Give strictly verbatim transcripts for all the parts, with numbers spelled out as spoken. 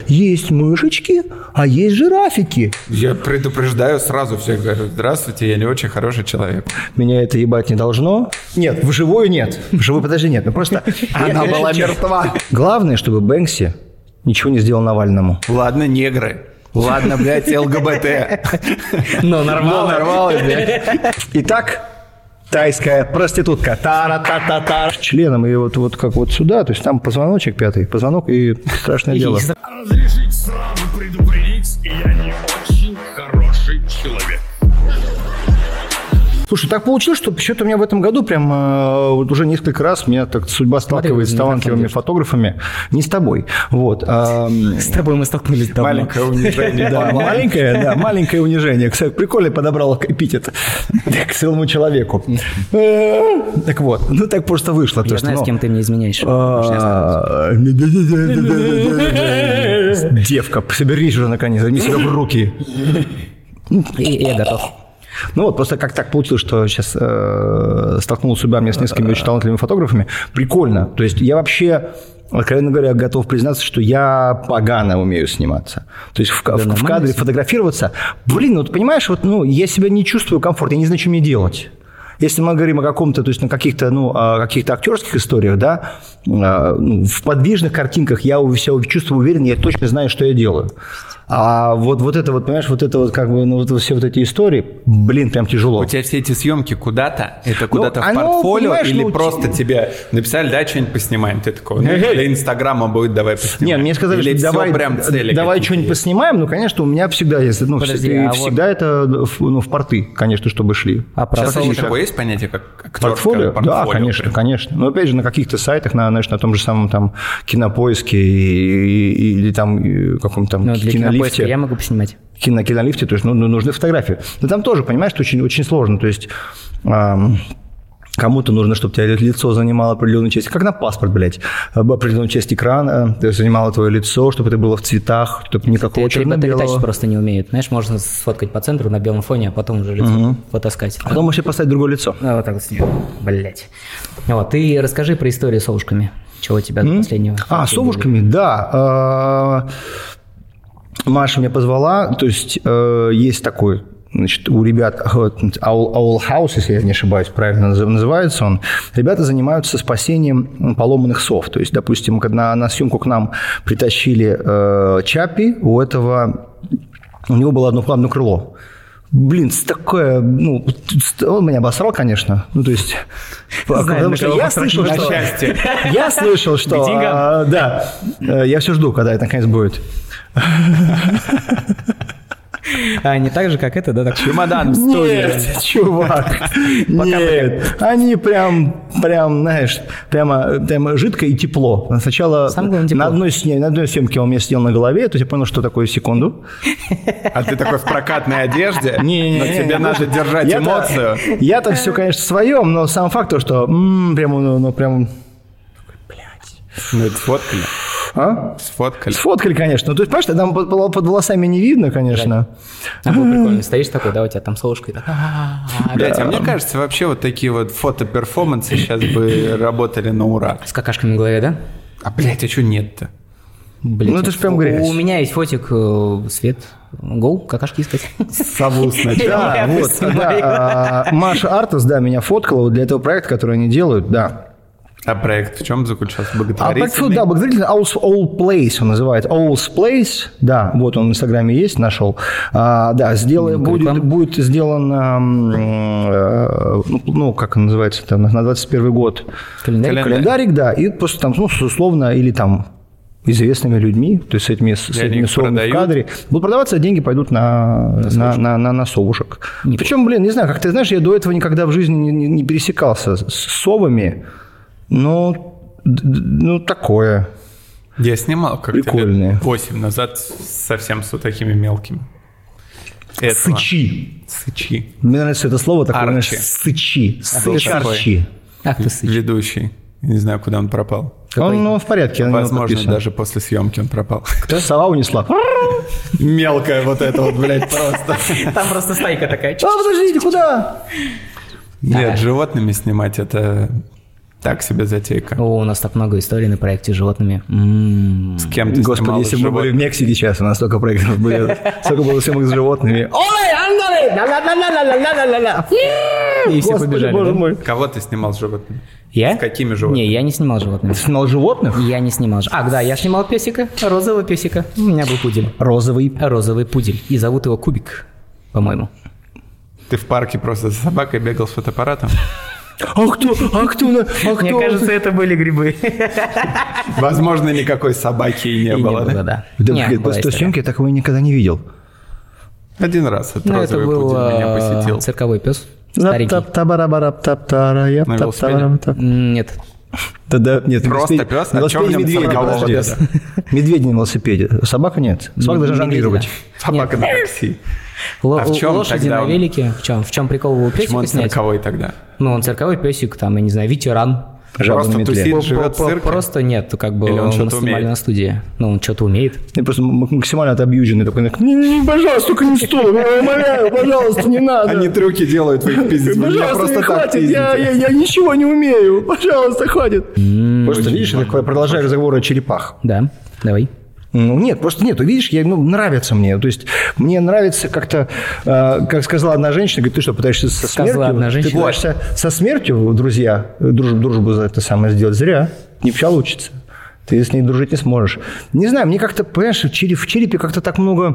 Есть мышечки, а есть жирафики. Я предупреждаю сразу всех, говорю, здравствуйте, я не очень хороший человек. Меня это ебать не должно. Нет, вживую нет. Вживую, подожди, нет. Ну просто она была мертва. Главное, чтобы Бэнкси ничего не сделал Навальному. Ладно, негры. Ладно, блядь, ЛГБТ. Но нарвалось, блядь. Итак, тайская проститутка. Тара-та-та-та. Членом и вот, вот как вот сюда. То есть там позвоночек пятый. Позвонок и страшное дело. Разрешить сразу предупредить, я не очень хороший человек. Слушай, так получилось, что что-то у меня в этом году прям э, вот уже несколько раз меня так судьба сталкивает с талантливыми фотографами. Не с тобой. Вот. А, с тобой мы столкнулись давно. Маленькое унижение. Да, маленькое, да, маленькое унижение. Кстати, прикольно подобрал эпитет к целому человеку. Так вот, ну так просто вышло. Я знаю, с кем ты мне изменяешь. Девка, соберись уже наконец, возьми себя в руки. И я готов. Ну вот, просто как так получилось, что сейчас э, столкнулся судьба меня с несколькими очень талантливыми фотографами. Прикольно. То есть я вообще, откровенно говоря, готов признаться, что я погано умею сниматься. То есть в, да, в, в кадре фотографироваться. Блин, вот понимаешь, вот, ну, я себя не чувствую комфортно, я не знаю, что мне делать. Если мы говорим о каком-то, то есть на каких-то, ну, каких-то актерских историях, да, ну, в подвижных картинках я себя чувствую уверен, я точно знаю, что я делаю. А вот, вот это вот, понимаешь, вот это вот, как бы, ну, вот все вот эти истории, блин, прям тяжело. У тебя все эти съемки куда-то? Это куда-то ну, в портфолио? Или ну, просто т... тебе написали, да, что-нибудь поснимаем? Ты такой, ну, для Инстаграма будет, давай поснимаем. Нет, мне сказали, или что давай, прям цели давай что-нибудь есть. Поснимаем. Ну, конечно, у меня всегда есть, ну, Подожди, всегда, а всегда вот... это ну, в порты, конечно, чтобы шли. А сейчас у такое есть понятие, как актерское портфолио? портфолио? Да, конечно, прям. конечно. Но, опять же, на каких-то сайтах, на, знаешь, на том же самом там Кинопоиске и, и, или там каком-то там ну, для Кинолифте. Я могу поснимать. На Кинолифте, то есть ну, нужны фотографии. Но там тоже, понимаешь, это очень, очень сложно. То есть эм, кому-то нужно, чтобы у тебя лицо занимало определенную часть, как на паспорт, блядь, определенную часть экрана, то есть занимало твое лицо, чтобы это было в цветах, чтобы никакого черно-белого. Ребята просто не умеют. Знаешь, можно сфоткать по центру на белом фоне, а потом уже лицо угу. потаскать. А потом еще поставить другое лицо. А, вот так вот снимем. Блядь. Вот, ты расскажи про историю с совушками. Чего у тебя до последнего? А, с совушками, да. Маша меня позвала, то есть э, есть такой, значит, у ребят Owl, Owl House, если я не ошибаюсь, правильно называется он, ребята занимаются спасением поломанных сов. То есть, допустим, когда на съемку к нам притащили э, Чаппи, у этого, у него было одно, одно крыло. Блин, такое, ну, он меня обосрал, конечно. Ну, то есть, Знаю, потому что я слышал, что... Я слышал, что... А, да, я все жду, когда это наконец будет. А не так же, как это, да? Так чемодан в студии. Нет, чувак, нет. Они прям, прям, знаешь, прямо, прямо жидко и тепло. Сначала на одной, на одной съемке он мне сидел на голове, то есть я понял, что такое секунду. А ты такой в прокатной одежде? Не, не, но не, тебе не, надо не, держать я-то, эмоцию. Я-то все, конечно, в своем, но сам факт, что м-м, прям, ну, ну, прям... Блядь. Ну, это сфоткали. А? Сфоткали. Сфоткали, конечно. Ну, то есть, понимаешь, там под, под волосами не видно, конечно. А было прикольно. Стоишь такой, да, у тебя там солнышко и так. Блядь, а мне кажется, вообще вот такие вот фотоперформансы сейчас бы работали на ура. С какашками на голове, да? А, блядь, а что нет-то? Блядь, ну, это же прям грязь. У меня есть фотик, свет, гоу, какашки искать. Сову сначала. Да, вот, да. Маша Артас, да, меня фоткала для этого проекта, который они делают, да. А проект в чем заключался? Благотворительный? А, да, благотворительный Owl's All Place он называется. Owl's Place, да, вот он в Инстаграме есть, нашел. А, да, сделай, будет, будет сделан, э, ну, ну, как он называется, там, на двадцать первый год. Календарик? Календарик, да, и просто там, ну, условно, или там известными людьми, то есть с этими, с этими совами в кадре. Будут продаваться, а деньги пойдут на, на, на, на, на совушек. Не Причем, блин, не знаю, как ты знаешь, я до этого никогда в жизни не, не, не пересекался с совами. Ну, ну, такое. Я снимал как-то лет восемь назад совсем с вот такими мелкими. Этого. Сычи. Сычи. Мне нравится это слово такое, знаешь, сычи. Сычарчи. Ах ты сыч. Ведущий. Не знаю, куда он пропал. Он ну, в порядке. Возможно, даже после съемки он пропал. Кто? Сова унесла. Мелкая вот эта вот, блядь, просто. Там просто стайка такая. А, подождите, куда? Нет, животными снимать это... Так себе затейка. О, у нас так много историй на проекте с животными. М-м-м. С кем ты Господи, снимал если бы мы живот- были в Мексике сейчас, у нас столько проектов были, столько было съемок с животными. Ой, андали! Ла-ла-ла-ла-ла-ла-ла-ла-ла. И все Господи, побежали, боже да? мой. Кого ты снимал с животными? Я? С какими животными? Не, я не снимал животных. Ты снимал животных? Я не снимал. ж- А, да, я снимал песика, розового песика. У меня был пудель. Розовый. Розовый пудель. И зовут его Кубик, по-моему. Ты в парке просто за собакой бегал с фотоаппаратом? А кто? А кто? на- А кто? Мне кажется, это были грибы. Возможно, никакой собаки и не И не было, да? было, да. Да, Не, блин, была после той история. съемки я такого никогда не видел. Один раз этот Ну, это розовый был пудель меня э, посетил. цирковой пес. Старенький. Лап-тап-табарабарап-таптара, На яп-тап-табарам-тап. М, Нет. Да-да, нет, Просто велосипед- пес? А велосипед чё в нем медведя, циркового подожди. песа? Медведь на велосипеде. Собака нет. Собака должна Медведя. жонглировать. Собака на такси. Ло- А в чём лошади тогда на он? велике. В чем? В чем прикол его Почему песика он снять? цирковой тогда? Ну, он цирковой песик, там, я не знаю, ветеран. Жабу Просто на метле. тусит, По- живет в по- цирке? Просто нет, как бы Или он мы что-то снимали умеет? на студии. Ну, он что-то умеет. Я просто м- максимально отобьюженный такой. Не, не, пожалуйста, только не стой, я умоляю, пожалуйста, не надо. Они трюки делают, вы их пиздите. Вы меня Пожалуйста, просто не так хватит, я, пиздите. я, я ничего не умею. Пожалуйста, хватит. Просто Очень видишь, я такой продолжаю разговор о черепах. Да, давай. Ну, нет, просто нет. Видишь, я, ну, нравится мне. То есть, мне нравится как-то, э, как сказала одна женщина, говорит, ты что, пытаешься со Сказала смертью? одна женщина. Ты пытаешься со смертью, друзья, дружбу, дружбу за это самое сделать? Зря. Не получится. Ты с ней дружить не сможешь. Не знаю, мне как-то, понимаешь, в черепе, в черепе как-то так много...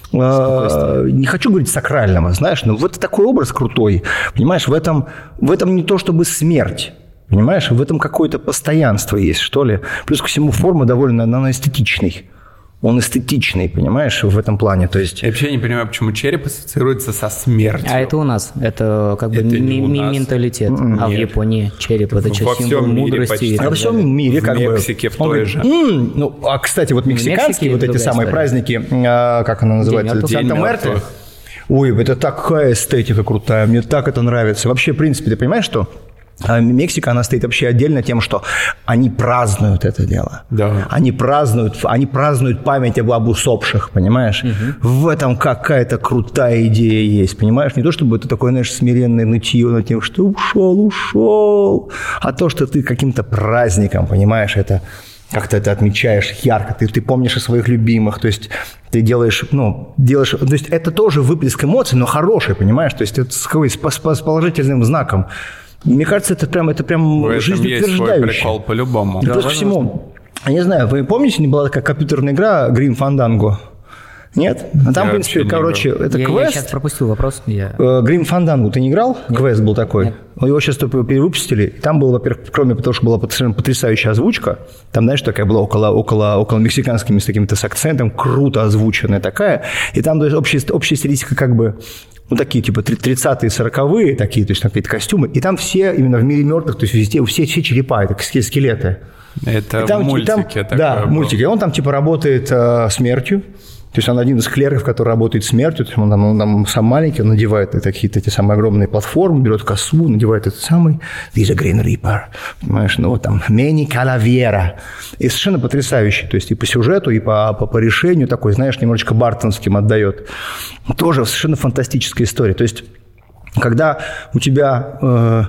э, не хочу говорить сакрального, знаешь, но вот такой образ крутой. Понимаешь, в этом, в этом не то чтобы смерть. Понимаешь, в этом какое-то постоянство есть, что ли. Плюс ко всему форма довольно, она эстетичный. Он эстетичный, понимаешь, в этом плане. То есть, Я вообще не понимаю, почему череп ассоциируется со смертью. А это у нас. Это как бы Это не ми- у ми- нас. менталитет. А в Нет. Японии череп – это Во что, всем символ мире мудрости. почти. и а так во всем далее. мире В как Мексике в бы... он той говорит, же. «М, ну, а, кстати, вот мексиканские Мексике вот эти другая самые история. праздники, а, как она называется? мертвых. День Санта-Муэрте. мертвых. Ой, это такая эстетика крутая, мне так это нравится. Вообще, в принципе, ты понимаешь, что а Мексика, она стоит вообще отдельно тем, что они празднуют это дело. Да. Они празднуют, они празднуют память об, об усопших, понимаешь? В этом какая-то крутая идея есть, понимаешь? Не то, чтобы это такое, знаешь, смиренное нытье над тем, что ушел, ушел, а то, что ты каким-то праздником, понимаешь, это... Как-то это отмечаешь ярко, ты, ты помнишь о своих любимых, то есть ты делаешь, ну, делаешь, то есть это тоже выплеск эмоций, но хороший, понимаешь, то есть это с, какой, с, с положительным знаком. Мне кажется, это прям, это прям В этом есть свой жизнеутверждающе. прикол по-любому. И плюс ко всему, я не знаю, вы помните, не была такая компьютерная игра Grim Fandango? Нет? А там, Я в принципе, вообще не короче, это Я, квест. сейчас пропустил вопрос. Я... Grim Fandango ты не играл? Квест был такой. Нет. Его сейчас только перевыпустили. И там было, во-первых, кроме того, что была совершенно потрясающая озвучка, там, знаешь, такая была около, около, около мексиканскими с таким-то с акцентом, круто озвученная такая. И там, то есть, общая, общая стилистика как бы, ну, такие, типа, тридцатые, сороковые такие, то есть, там какие-то костюмы. И там все именно в мире мертвых, то есть, везде, все, все черепа, это скелеты. Это И там, в и мультике там- такое Да, было. в мультике. И он там типа работает э, смертью. То есть он один из клерков, который работает смертью. То есть он там, он там сам маленький, он надевает какие-то эти самые огромные платформы, берет косу, надевает этот самый «This is a Green Reaper». Понимаешь, ну вот там «Many Calavera». И совершенно потрясающий. То есть и по сюжету, и по, по, по решению такой, знаешь, немножечко бартонским отдает. Тоже совершенно фантастическая история. То есть когда у тебя э,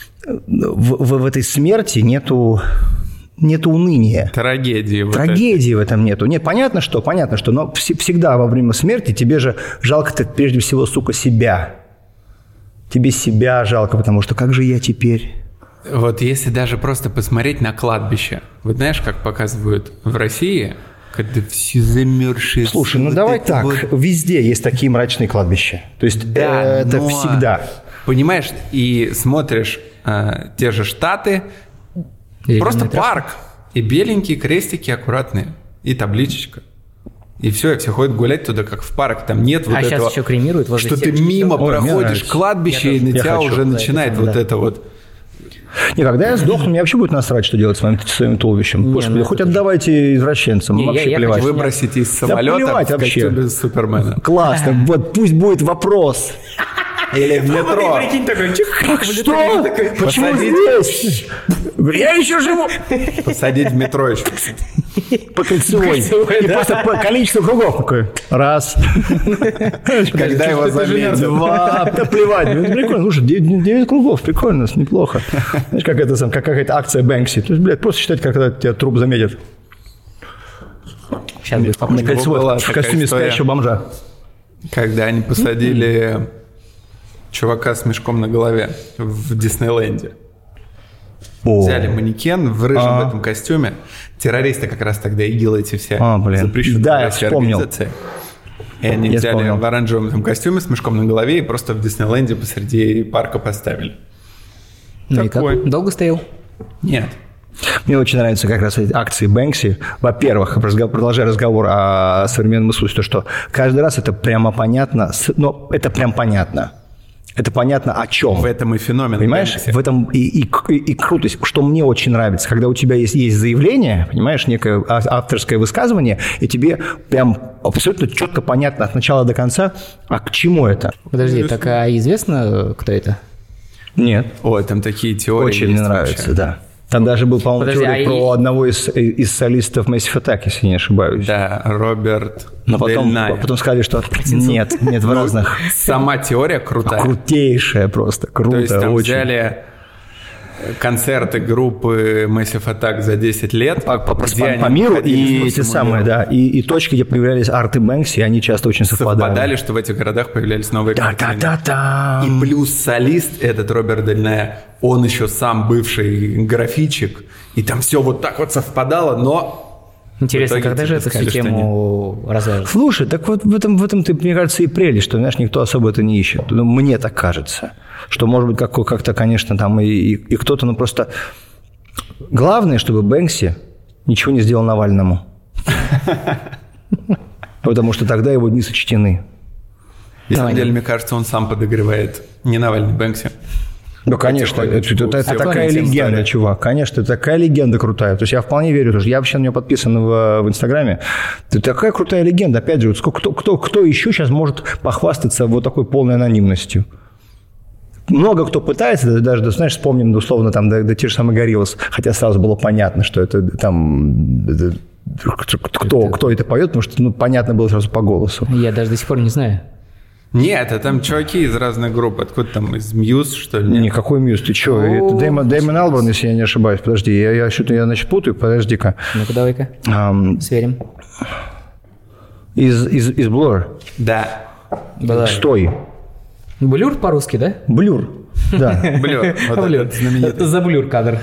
в, в, в этой смерти нету... Нету уныния. Трагедии. вот Трагедии в этом нету. Нет, понятно, что, понятно, что, но вс- всегда во время смерти тебе же жалко-то прежде всего, сука, себя. Тебе себя жалко, потому что как же я теперь? это. Вот если даже просто посмотреть на кладбище. Вот знаешь, как показывают в России, когда все замерзшие. Слушай, ну вот давай это так, вот. везде есть такие мрачные кладбища. То есть Да, э, это но, всегда. Понимаешь, и смотришь э, те же Штаты, Или просто метро. парк, и беленькие крестики аккуратные, и табличечка. И все, и все ходят гулять туда, как в парк. Там нет вот А сейчас этого, еще кремируют возле что ты всех мимо Ой, мне проходишь нравится. кладбище, Я и на тоже. тебя Я хочу. уже Да, начинает это вот да. это вот. Не, когда я сдохну, мне вообще будет насрать, что делать с моим, своим туловищем. Не, Господи, ну хоть это отдавайте извращенцам. Не, я- вообще я плевать. хочу- Выбросить из Да самолета плевать в вообще. костюме Супермена. Классно. Вот пусть будет вопрос. Или в метро. Прикинь, такой, чих, Что? Почему здесь? Я еще живу. Посадить в метро еще. По кольцевой. И просто по количеству кругов такой. Раз. Когда его заметят. Два. Да плевать. Ну, прикольно. Слушай, девять кругов. Прикольно, неплохо. Знаешь, как это сам, как какая-то акция Бэнкси. То есть, блядь, просто считать, когда тебя труп заметят. Сейчас будет На кольцевой. В костюме спящего бомжа. Когда они посадили чувака с мешком на голове в Диснейленде. Взяли манекен в рыжем А. в этом костюме. Террористы как раз тогда ИГИЛ эти все А, блин. запрещенные Да, в я России вспомнил. организации. И они Я взяли вспомнил. в оранжевом этом костюме с мешком на голове и просто в Диснейленде посреди парка поставили. Ну и Такой. как? Долго стоял? Нет. Мне очень нравятся как раз эти акции Бэнкси. Во-первых, разго- продолжая разговор о современном искусстве, то, что каждый раз это прямо понятно, с- но это прям понятно. Это понятно о чем. В этом и феномен. Понимаешь, Бэнкси. в этом и, и, и, и крутость, что мне очень нравится, когда у тебя есть, есть заявление, понимаешь, некое а- авторское высказывание, и тебе прям абсолютно четко понятно от начала до конца, а к чему это. Подожди, так а известно, кто это? Нет. Ой, там такие теории Очень мне есть нравится, вообще. да. Там даже был, по-моему, Подожди, теория а про и- одного из, из солистов Massive Attack, если не ошибаюсь. Да, Роберт Но потом, Дель Най. потом сказали, что нет, нет, в разных. Сама теория крутая. Крутейшая просто, круто, То есть там очень. взяли концерты группы Massive Attack за десять лет. По, по- где по- они по миру, ходили и по эти всему самые, миру. да, и, и точки, где появлялись арты Бэнкси, они часто очень совпадали. Совпадали, что в этих городах появлялись новые картины. Да-да-да-да. И плюс солист этот Роберт Дель Най, он еще сам бывший графичик, и там все вот так вот совпадало, но... Интересно, В итоге когда тебе же эту всю сказали, что тему развяжут? Слушай, так вот в этом, в этом ты, мне кажется, и прелесть, что, знаешь, никто особо это не ищет. Ну, мне так кажется. Что, может быть, как, как-то, конечно, там и, и, и кто-то, ну, просто... Главное, чтобы Бэнкси ничего не сделал Навальному. Потому что тогда его дни сочтены. На самом деле, мне кажется, он сам подогревает не Навальный Бэнкси. Ну, конечно, это, это- это Всё такая понятно, легенда, история. чувак. Конечно, это такая легенда крутая. То есть я вполне верю, потому что я вообще на нее подписан в, в Инстаграме. Это такая крутая легенда. Опять же, вот сколько, кто, кто, кто еще сейчас может похвастаться вот такой полной анонимностью? Много кто пытается, даже, да, знаешь, вспомним, условно, там, да, да, те же самые Гориллас, хотя сразу было понятно, что это там... это- кто, кто это поет, потому что ну, понятно было сразу по голосу. Я даже до сих пор не знаю. Нет, это там чуваки из разных групп. Откуда там, из Мьюз, что ли? Нет? Никакой Мьюз, ты что? Это Дэймон, Дэймон Алберн, если я не ошибаюсь. Подожди, я, я что-то, я, значит, путаю, подожди-ка. Ну-ка, давай-ка, Ам, сверим. из, из, из Blur. Да. Была. Стой. Блюр по-русски, да? Блюр. Да. Блин, вот Блюр. этот знаменитый. За блюр кадр.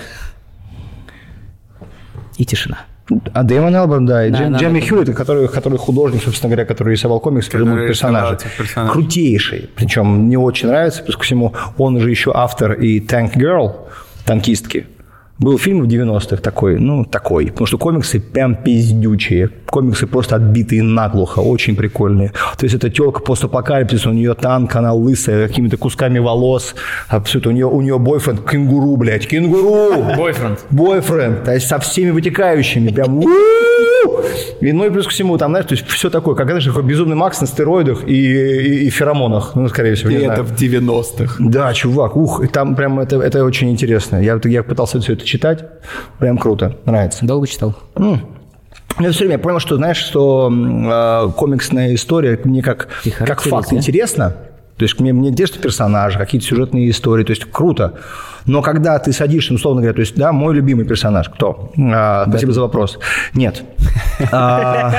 И тишина. А Дэймон Алберн, да, и Да, Джем- да, Джемми да. Хьюитт, который, который художник, собственно говоря, который рисовал комикс, придумал рисовал персонажа. этих персонажей. Крутейший. Причем мне очень нравится, плюс ко всему, он же еще автор и Tank Girl, танкистки. Был фильм в девяностых такой, ну, такой, потому что комиксы прям пиздючие. Комиксы просто отбитые наглухо, очень прикольные. То есть это тёлка постапокалипсис, у нее танк, она лысая, какими-то кусками волос. Абсолютно. У нее, у нее бойфренд кенгуру, блядь, кенгуру! Бойфренд. Бойфренд, то есть со всеми вытекающими, прям у-у-у! И, ну и плюс ко всему, там, знаешь, то есть все такое, как, знаешь, такой безумный Макс на стероидах и, и, и феромонах, ну, скорее всего, И не это знаю. в девяностых. Да, чувак, ух, и там прям это, это очень интересно. Я, я пытался все это читать, прям круто, нравится. Долго читал? Я все время понял, что, знаешь, что э, комиксная история мне как, И как характеристика. факт интересна. То есть мне, мне интересны персонажи, какие-то сюжетные истории, то есть круто. Но когда ты садишься, условно говоря, то есть, да, мой любимый персонаж, кто? А, спасибо за вопрос. Нет. А,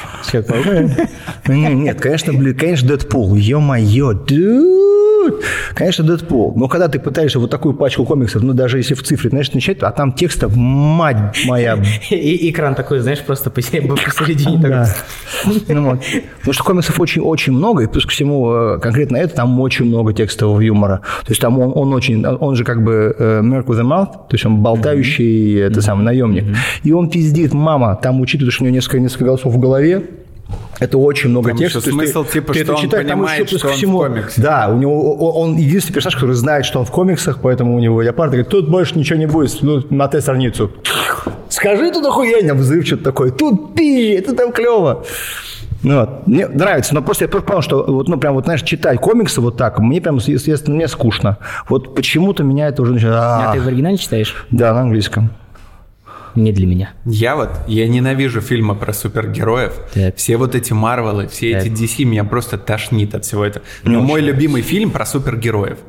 Нет, конечно, блин, конечно, Дэдпул. Ё-моё, dude. Конечно, Дэдпул. Но когда ты пытаешься вот такую пачку комиксов, ну, даже если в цифре, знаешь, начать, а там текста, мать моя, И экран такой, знаешь, просто посередине. посередине такой. да. Ну, вот. Потому что комиксов очень-очень много, и плюс ко всему, э, конкретно это, там очень много текстового юмора. То есть там он, он очень, он же как бы э, Merc with a mouth, то есть он болтающий, mm-hmm. это самый наемник. Mm-hmm. И он пиздит, мама, там учитывая, что у него несколько, несколько голосов в голове, это очень много Там текста. еще То есть смысл, ты, типа, ты что это он читаешь, там понимает, еще плюс что ко он в всему, комиксе. Да, у него он единственный персонаж, который знает, что он в комиксах, поэтому у него леопард говорит, тут больше ничего не будет, ну, на те страницу. Скажи тут охуенно, взрыв что-то такое, тут пизжи, это там клево. Ну, вот. Мне нравится, но просто я просто понял, что вот, ну, прям вот, знаешь, читать комиксы вот так, мне прям, естественно, мне скучно. Вот почему-то меня это уже начинает... А ты в оригинале читаешь? Да, на английском. Не для меня. Я вот, я ненавижу фильмы про супергероев. Так. Все вот эти Марвелы, все Так. эти ди си, меня просто тошнит от всего этого. Не Но очень мой нравится. любимый фильм про супергероев.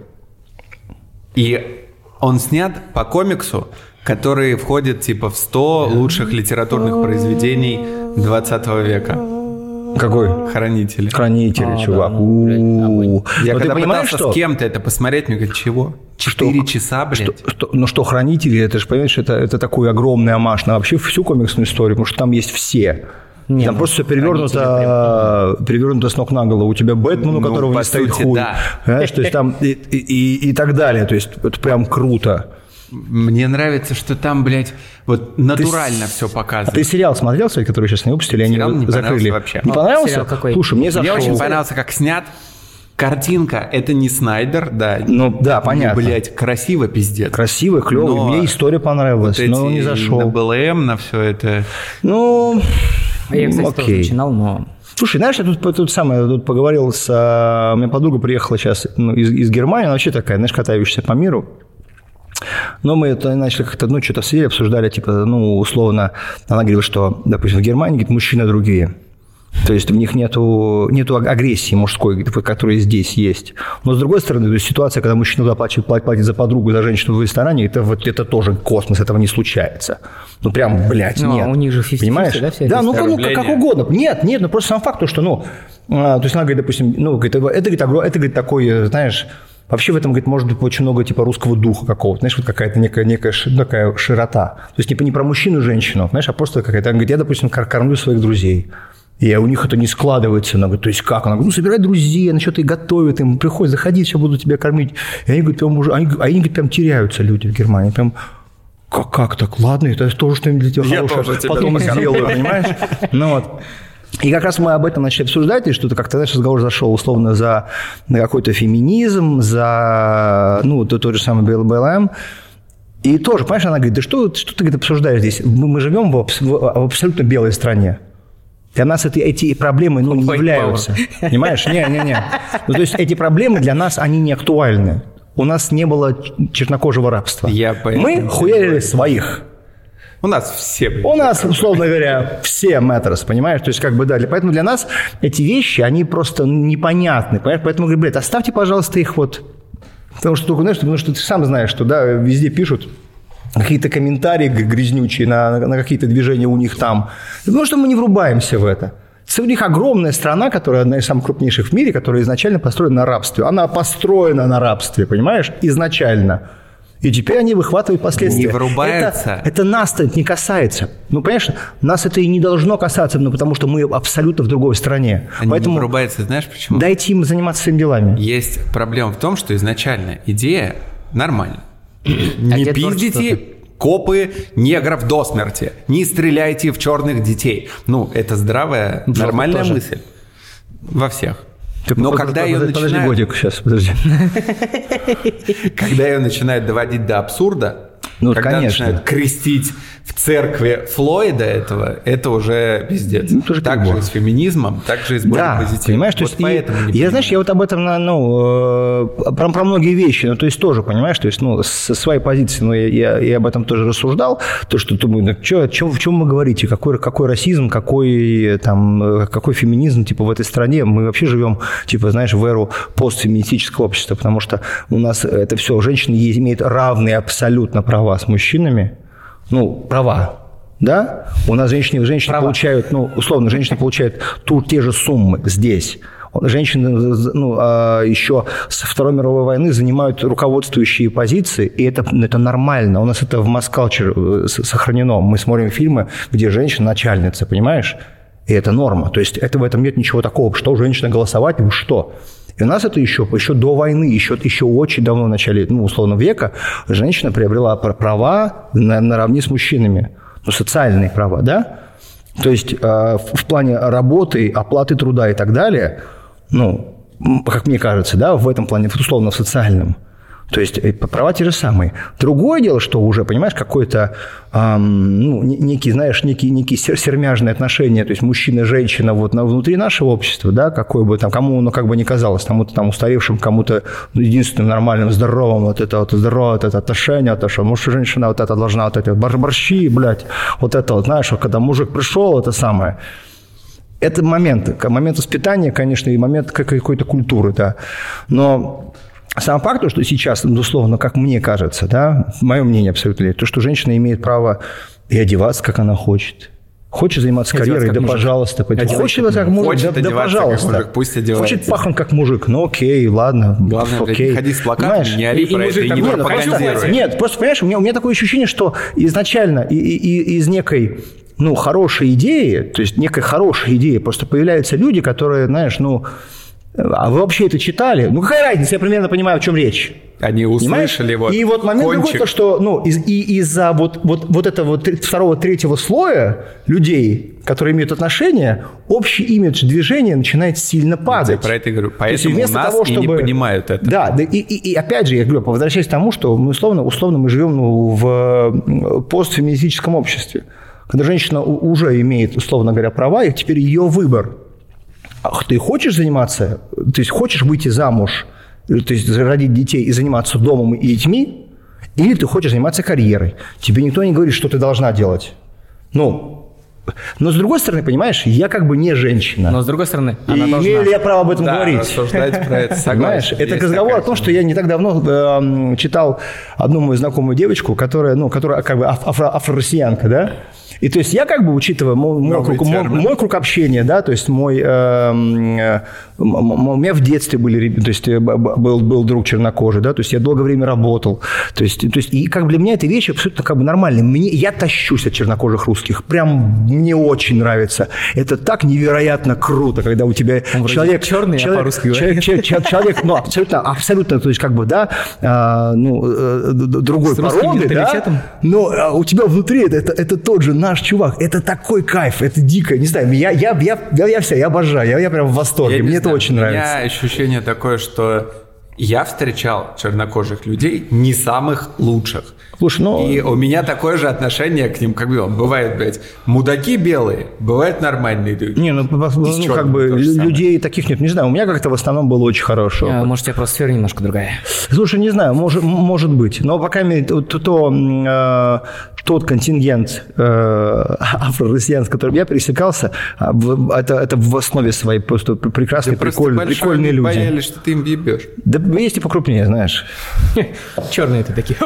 И он снят по комиксу, который входит типа в сто лучших литературных произведений двадцатого века. Какой? Хранители. Хранители, А, чувак. да, ну, блядь, У-у-у. Я Но ты когда понимаешь, пытался что... с кем-то это посмотреть, мне говорят, чего? Четыре часа, блядь. Что, что, ну что, хранители, это же, понимаешь, это, это такой огромный омаж на вообще всю комиксную историю, потому что там есть все. Не, там ну, просто все перевернуто, перевернуто с ног на голову. У тебя Бэтмен, у Ну, которого по не стоит сути, хуй. да. Понимаешь, то есть там и, и, и так далее. То есть это прям круто. Мне нравится, что там, блядь, вот натурально все А показано. ты сериал смотрел, кстати, который сейчас не выпустили? Они Сериал его не понравился закрыли. вообще. Не А, понравился? сериал какой? Слушай, мне Мне зашел. очень понравился, как снят. Картинка — это не Снайдер, да. Ну, да, понятно. Блять, красиво, пиздец. Красивый, клевый. Но Мне история понравилась, Вот но эти не зашел. На БЛМ, на все это. Ну, А я, кстати, тоже окей. начинал, но... Слушай, знаешь, я тут, тут самое, тут поговорил с... а, у меня подруга приехала сейчас ну, из, из Германии, она вообще такая, знаешь, катающаяся по миру. Но мы это начали как-то, ну, что-то сидели, обсуждали, типа, ну, условно, она говорила, что, допустим, в Германии, говорит, мужчины другие. То есть в них нету, нету агрессии мужской, которая здесь есть. Но, с другой стороны, то есть ситуация, когда мужчина заплатит, платит за подругу, за женщину в ресторане, это, вот, это тоже космос, этого не случается. Ну, прям, блядь, Ну, нет. у них же фифти-фифти, понимаешь? да, вся Да, эта ну, история? ну как, как угодно. Нет, нет, ну, просто сам факт, то, что, ну, а, то есть она говорит, допустим, ну, говорит, это, говорит, огром- это, говорит, такой, знаешь... Вообще в этом, говорит, может быть очень много типа русского духа какого-то, знаешь, вот какая-то некая, некая ши- такая широта. То есть типа не про мужчину и женщину, знаешь, а просто какая-то. Она говорит, я, допустим, кор- кормлю своих друзей. И у них это не складывается. Она говорит, то есть как? Она говорит, ну, собирай друзей, она что-то и готовит им, приходит, заходи, сейчас буду тебя кормить. И они, говорят, прям уже, они, они, говорит, прям теряются люди в Германии, прям... Как, как так? Ладно, это тоже что-нибудь для тебя Я хорошее. тоже тебя Потом покормлю. сделаю, понимаешь? Ну вот. И как раз мы об этом начали обсуждать, и что-то как-то, знаешь, разговор зашел условно за какой-то феминизм, за, ну, тот, тот же самый бэ эл эм. И тоже, понимаешь, она говорит, да что, что ты говорит, обсуждаешь здесь? Мы, мы живем в, абс- в абсолютно белой стране. Для нас это, эти проблемы ну, не White являются. Понимаешь? Не-не-не. Ну, то есть эти проблемы для нас, они не актуальны. У нас не было чернокожего рабства. Я поэтому- Мы хуярили своих. У нас все, блядь. У нас, условно говоря, все matters, понимаешь? То есть, как бы, да, для- поэтому для нас эти вещи, они просто непонятны, понимаешь? Поэтому, говорю, блядь, оставьте, пожалуйста, их вот... Потому что, только, знаешь, потому что ты сам знаешь, что, да, везде пишут какие-то комментарии г- грязнючие на, на какие-то движения у них там. Потому что мы не врубаемся в это. У них огромная страна, которая одна из самых крупнейших в мире, которая изначально построена на рабстве. Она построена на рабстве, понимаешь? Изначально. И теперь они выхватывают последствия. Не врубаются. Это, это нас-то не касается. Ну, понимаешь, нас это и не должно касаться, ну, потому что мы абсолютно в другой стране. Они Поэтому не врубаются, знаешь почему? дайте им заниматься своими делами. Есть проблема в том, что изначально идея нормальная. Не где пиздите творчество? копы негров до смерти. Не стреляйте в черных детей. Ну, это здравая, В жопу нормальная тоже. мысль. Во всех. Ты, Но под- когда под- ее под- Подожди начинают... годик сейчас, подожди. Когда ее начинают доводить до абсурда, Ну, когда конечно. начинают крестить в церкви Флойда этого, это уже пиздец. Ну, тоже так же перебор. и с феминизмом, так же и с Да, бодипозитивом. понимаешь, то Вот есть, и- поэтому не я, понимаю. знаешь, я вот об этом, на- ну, э, про, про многие вещи, ну, то есть тоже, понимаешь, то есть, ну, со своей позиции, ну, я, я, я об этом тоже рассуждал, то, что думаю, ну, чё, чё, в чем вы говорите, какой, какой расизм, какой, там, э, какой феминизм, типа, в этой стране, мы вообще живем, типа, знаешь, в эру постфеминистического общества, потому что у нас это все, женщины есть- имеют равные абсолютно права с мужчинами, ну, права. Да? У нас женщины, женщины Права. получают, ну, условно, женщины получают ту, те же суммы здесь. Женщины, ну, а еще со Второй мировой войны занимают руководствующие позиции, и это, это нормально. У нас это в масс-калчер сохранено. Мы смотрим фильмы, где женщина начальница, понимаешь? И это норма. То есть это, в этом нет ничего такого, что женщина голосовать, вы что? И у нас это еще, еще до войны, еще, еще очень давно, в начале, ну, условно, века, женщина приобрела права на, наравне с мужчинами. Ну, социальные права, да? То есть э, в, в плане работы, оплаты труда и так далее, ну, м, как мне кажется, да, в этом плане, условно, в социальном. То есть права те же самые. Другое дело, что уже, понимаешь, какой-то эм, ну, некий, знаешь, некий, некий сермяжные отношения, то есть мужчина, женщина вот внутри нашего общества, да, какой бы там, кому оно как бы ни казалось, кому-то там устаревшим, кому-то единственным нормальным, здоровым, вот это вот здоровое вот это отношение, то, что муж и женщина вот это должна вот эти вот борщи, блядь, вот это вот, знаешь, вот, когда мужик пришел, это самое. Это момент, момент воспитания, конечно, и момент какой-то культуры, да, но... Сам факт, что сейчас, условно, как мне кажется, да, мое мнение абсолютно, то, что женщина имеет право и одеваться, как она хочет. Хочет заниматься карьерой, да, мужик. Пожалуйста. Хочет как мужик, хочет да, да, пожалуйста. Как мужик, пусть одевается. Хочет пахнуть как мужик, ну окей, ладно. Главное, окей. Не ходи с плакатом, не ори про это и не пропагандируй. Нет, просто, понимаешь, у меня, у меня такое ощущение, что изначально и, и, и из некой... ну, хорошей идеи, то есть некой хорошей идеи, просто появляются люди, которые, знаешь, ну... А вы вообще это читали? Ну, какая разница? Я примерно понимаю, о чем речь. Они услышали вот И вот момент кончик. такой, то, что ну, из, и, из-за вот, вот, вот этого вот второго, третьего слоя людей, которые имеют отношение, общий имидж движения начинает сильно падать. Я про это говорю. Поэтому у нас того, чтобы... и не понимают это. Да, да и, и, и опять же, я говорю, возвращаясь к тому, что мы условно, условно мы живем ну, в постфеминистическом обществе, когда женщина уже имеет, условно говоря, права, и теперь ее выбор. Ах, ты хочешь заниматься, то есть хочешь выйти замуж, то есть родить детей и заниматься домом и детьми, или ты хочешь заниматься карьерой. Тебе никто не говорит, что ты должна делать. Ну, но с другой стороны, понимаешь, я как бы не женщина. Но с другой стороны, она и должна. имею ли я право об этом да, говорить? рассуждать про это, согласен. Это разговор о том, что я не так давно э, читал одну мою знакомую девочку, которая, ну, которая как бы афро- афро-россиянка, да? И то есть я как бы, учитывая мой, мой, круг, мой, мой круг общения, да, то есть мой, э, э, у меня в детстве были, то есть был, был друг чернокожий, да, то есть я долгое время работал, то есть, то есть и как бы для меня эта вещь абсолютно как бы нормальная. Мне, я тащусь от чернокожих русских, прям мне очень нравится. Это так невероятно круто, когда у тебя Он человек... черный, человек, а по-русски человек, человек, человек, человек, ну, абсолютно, абсолютно, то есть как бы, да, э, ну, э, другой породы, да, но у тебя внутри это, это, это тот же наш чувак, это такой кайф, это дико, не знаю, я, я, я, я, я все, я обожаю, я, я прям в восторге, я мне это знаю, очень нравится. У меня ощущение такое, что я встречал чернокожих людей не самых лучших. Слушай, ну... И у меня такое же отношение к ним, как бы, бывает, блядь, мудаки белые, бывают нормальные люди. Не, ну, ну как бы людей таких нет, не знаю, у меня как-то в основном было очень хорошо. А, может, у тебя просто сфера немножко другая. Слушай, не знаю, может, может быть, но пока то, то, то, тот контингент э, афро-россиян, с которым я пересекался, это, это в основе своей просто прекрасные, да прикольные, прикольные люди. Боялись, что ты им въебешь. Да есть и покрупнее, знаешь. Черные ты такие.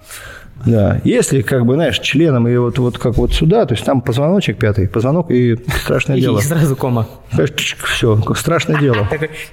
Да, если, как бы, знаешь, членом и вот, вот как вот сюда, то есть там позвоночек пятый, позвонок и страшное дело. И сразу кома. Все, страшное дело.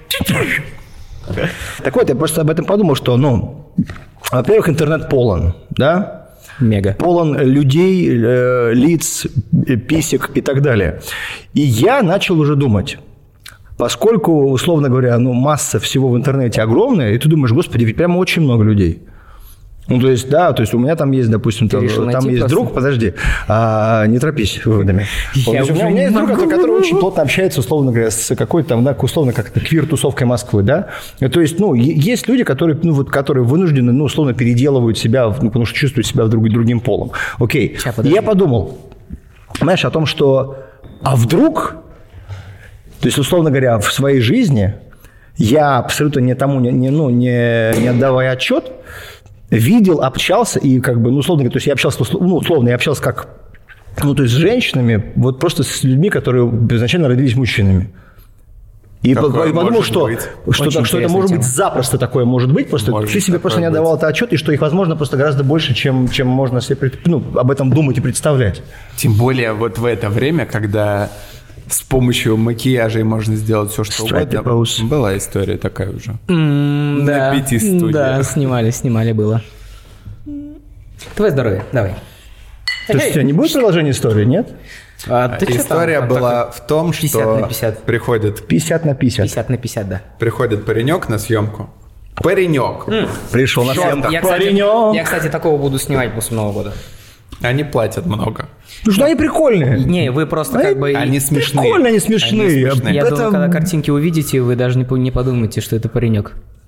Так вот, я просто об этом подумал, что, ну, во-первых, интернет полон, да? Мега. Полон людей, лиц, писек и так далее. И я начал уже думать. Поскольку, условно говоря, ну, масса всего в интернете огромная, и ты думаешь, господи, ведь прямо очень много людей. Ну, то есть, да, то есть у меня там есть, допустим, там, там есть друг, подожди, а, не торопись выводами. У меня, у меня есть друг, который, который очень плотно общается, условно говоря, с какой-то там, да, условно, как-то квир-тусовкой Москвы, да. То есть, ну, есть люди, которые, ну, вот, которые вынуждены, ну, условно, переделывают себя, ну, потому что чувствуют себя вдруг другим полом. Окей. Сейчас, я подумал, знаешь, о том, что, а вдруг, то есть, условно говоря, в своей жизни я абсолютно не тому, не, не, ну, не, не отдавая отчет, видел, общался, и как бы, ну, условно, то есть я общался, ну, условно, я общался как, ну, то есть с женщинами, вот просто с людьми, которые изначально родились мужчинами. И, по, и подумал, что, что, что, что это может тема. быть запросто такое может быть, просто может ты себе просто не отдавал этот отчет, и что их, возможно, просто гораздо больше, чем, чем можно себе, ну, об этом думать и представлять. Тем более вот в это время, когда с помощью макияжа можно сделать все, что угодно. Была история такая уже. Mm, На да, пяти студиях. Да, снимали, снимали, было. Твое здоровье, давай. То есть у тебя не будет продолжения истории, нет? А, история там, была в том, что пятьдесят на пятьдесят. приходит... пятьдесят на пятьдесят. пятьдесят на пятьдесят, да. Приходит паренек на съемку. Паренек. Mm. Пришел на съемку. Я, кстати, я, кстати, такого буду снимать после Нового года. Они платят много. Ну что они прикольные. Не, вы просто они, как бы... Они смешные. Прикольно, они смешные. Они смешные. Я это... думаю, когда картинки увидите, вы даже не, не подумайте, что это паренек.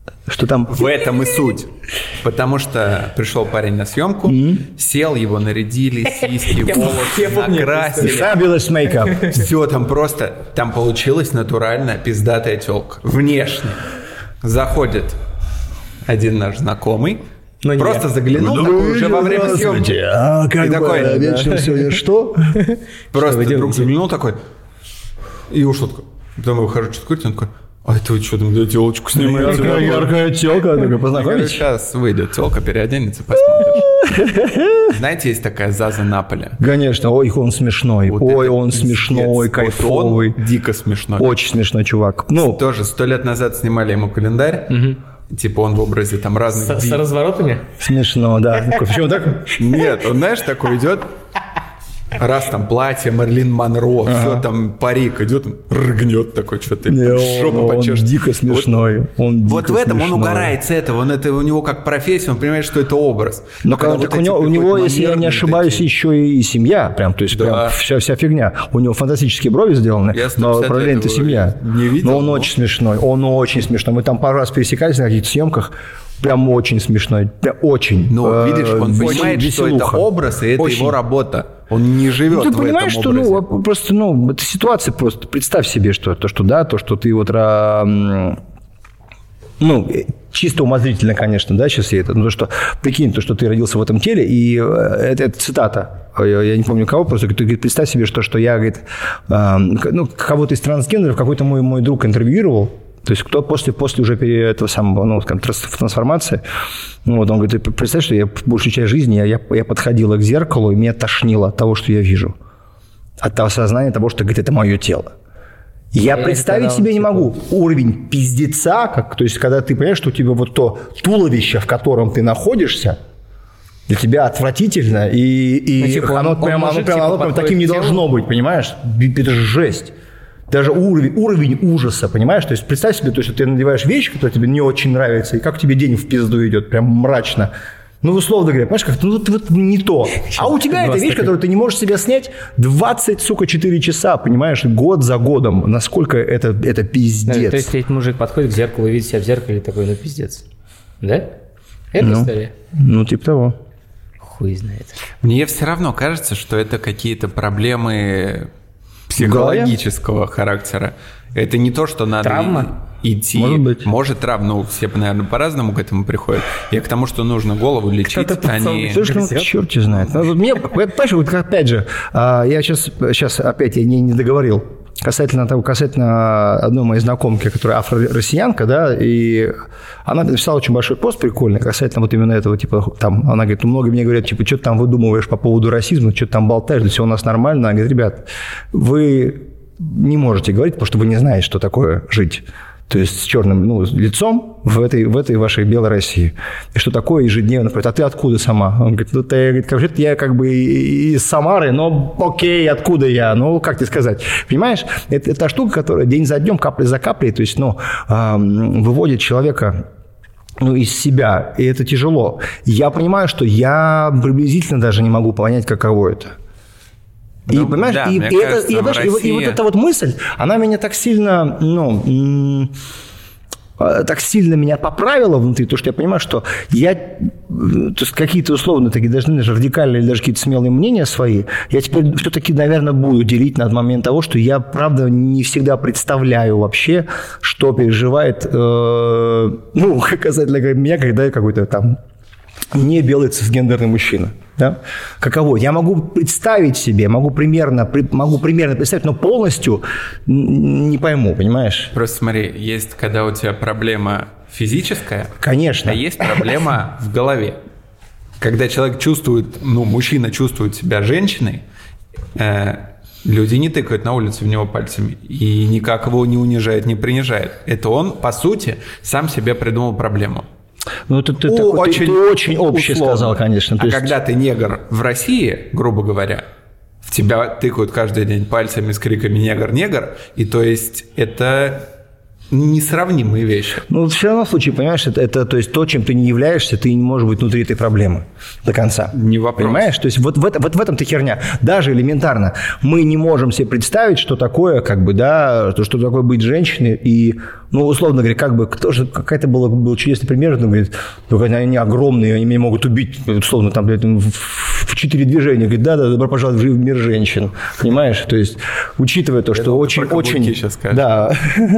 Что там? В этом и суть. Потому что пришел парень на съемку, mm-hmm. сел, его нарядили, сиськи, волосы, накрасили. Fabulous makeup. Все там просто... Там получилась натуральная пиздатая тёлка. Внешне. Заходит один наш знакомый, но просто нет. заглянул ну, такой, уже во время съемки. А, как и бы, такой... А, вечно сегодня что? Просто вдруг заглянул такой и ушел такой. Потом я выхожу, что-то курить, он такой... А это вы что там, телочку снимаете? Яркая, яркая телка, только познакомитесь. Сейчас выйдет телка, переоденется, посмотришь. Знаете, есть такая Заза Наполи? Конечно, ой, он смешной. Вот ой, он смешной, кайфовый. Вот он дико смешной. Очень смешной чувак. Ну, тоже сто лет назад снимали ему календарь. Угу. Типа он в образе там разных... С, с разворотами? Смешно, да. Почему так? Нет, он, знаешь, такой идет... Раз там платье, Мерлин Монро, ага. все там парик идет, рыгнет такой, что-то жопу почешешь. Он дико смешной. Вот, он дико вот в этом смешной. Он угорает с этого, он это у него как профессия, он понимает, что это образ. Но когда вот у него, у него если я не ошибаюсь, такие. Еще и семья, прям, то есть да. прям вся, вся фигня. У него фантастические брови сделаны, но параллельно это семья. Не видел, но он но... очень смешной, он очень смешной. Мы там пару раз пересекались на каких-то съемках. Прям очень смешной, прям очень. Но видишь, он понимает, что это образ, и это очень. Его работа. Он не живет ну, ты в понимаешь, этом что, образе. Ну, просто, ну, это ситуация просто. Представь себе, что то, что да, то, что ты вот... Ну, чисто умозрительно, конечно, да, сейчас я это... Ну, то, что, прикинь, то, что ты родился в этом теле, и это, это цитата. Я, я не помню кого, просто говорит, представь себе, что, что я, говорит, ну, кого-то из трансгендеров, какой-то мой, мой друг интервьюировал, то есть кто после, после уже этого самого, ну, трансформации, вот, он говорит, представь, что я большую часть жизни, я, я подходила к зеркалу, и меня тошнило от того, что я вижу. От того осознания того, что, говорит, это мое тело. Я, я представить себе не могу уровень пиздеца, как, то есть когда ты понимаешь, что у тебя вот то туловище, в котором ты находишься, для тебя отвратительно, и, и ну, типа, оно, он, прям, он оно, прям, типа, оно прям таким не должно быть, понимаешь? Это же жесть. Даже уровень, уровень ужаса, понимаешь? То есть представь себе, то, что ты надеваешь вещь, которая тебе не очень нравится, и как тебе день в пизду идет, прям мрачно. Ну, условно говоря, понимаешь, как-то ну, вот не то. А у тебя это вещь, которую ты не можешь себя снять двадцать, сука, четыре часа, понимаешь, год за годом. Насколько это, это пиздец. Да, то есть этот мужик подходит к зеркалу и видит себя в зеркале такой, ну, пиздец. Да? Это ну, история? Ну, типа того. Хуй знает. Мне все равно кажется, что это какие-то проблемы... психологического характера. Это не то, что надо травма? идти. Может быть. Может, травма. Ну, все, наверное, по-разному к этому приходят. Я к тому, что нужно голову лечить, а не... Слушай, ну, черт его знает. Мне, понимаешь, вот опять же, я сейчас, сейчас опять я не, не договорил. Касательно того, касательно одной моей знакомки, которая афро-россиянка, да, и она написала очень большой пост прикольный касательно вот именно этого, типа, там, она говорит, ну, многие мне говорят, типа, что ты там выдумываешь по поводу расизма, что ты там болтаешь, да все у нас нормально. Она говорит, ребят, вы не можете говорить, потому что вы не знаете, что такое жить. То есть с черным ну, лицом в этой, в этой вашей белой России. И что такое ежедневно? А ты откуда сама? Он говорит, ну, ты, говорит, я как бы из Самары, но окей, откуда я? Ну, как тебе сказать? Понимаешь? Это, это та штука, которая день за днем, капля за каплей, то есть, ну, эм, выводит человека ну, из себя, и это тяжело. Я понимаю, что я приблизительно даже не могу понять, каково это. И, ну, понимаешь, да, и, и, кажется, это, и, знаешь, России... и вот эта вот мысль, она меня так сильно, ну, так сильно меня поправила внутри, то, что я понимаю, что я, то есть какие-то условно такие должны даже радикальные или даже какие-то смелые мнения свои, я теперь все-таки, наверное, буду делить на момент того, что я, правда, не всегда представляю вообще, что переживает, э, ну, касательно меня, когда я какой-то там не белый цисгендерный мужчина. Да? Каково? Я могу представить себе, могу примерно, могу примерно представить, но полностью не пойму, понимаешь? Просто смотри, есть, когда у тебя проблема физическая, конечно, а есть проблема в голове. Когда человек чувствует, ну, мужчина чувствует себя женщиной, э, люди не тыкают на улице в него пальцами и никак его не унижает, не принижает. Это он, по сути, сам себе придумал проблему. Ну, ты, ты, О, такой, очень, ты, ты очень общий условно. Сказал, конечно. А есть... когда ты негр в России, грубо говоря, в тебя тыкают каждый день пальцами с криками «негр, негр», и то есть это несравнимые вещи. Ну, все равно в случае, понимаешь, это, это то есть то, чем ты не являешься, ты не можешь быть внутри этой проблемы до конца. Не вопрос. Понимаешь? То есть вот, вот, вот в этом-то херня. Даже элементарно. Мы не можем себе представить, что такое, как бы, да, что, что такое быть женщиной. И, ну, условно говоря, как бы, кто же, какая-то была, был чудесный пример, он говорит, только они огромные, они меня могут убить, условно, там, блядь, в, в четыре движения. Говорит, да-да, добро пожаловать в мир женщин. Понимаешь? То есть, учитывая то, что очень-очень... сейчас скажешь. Да.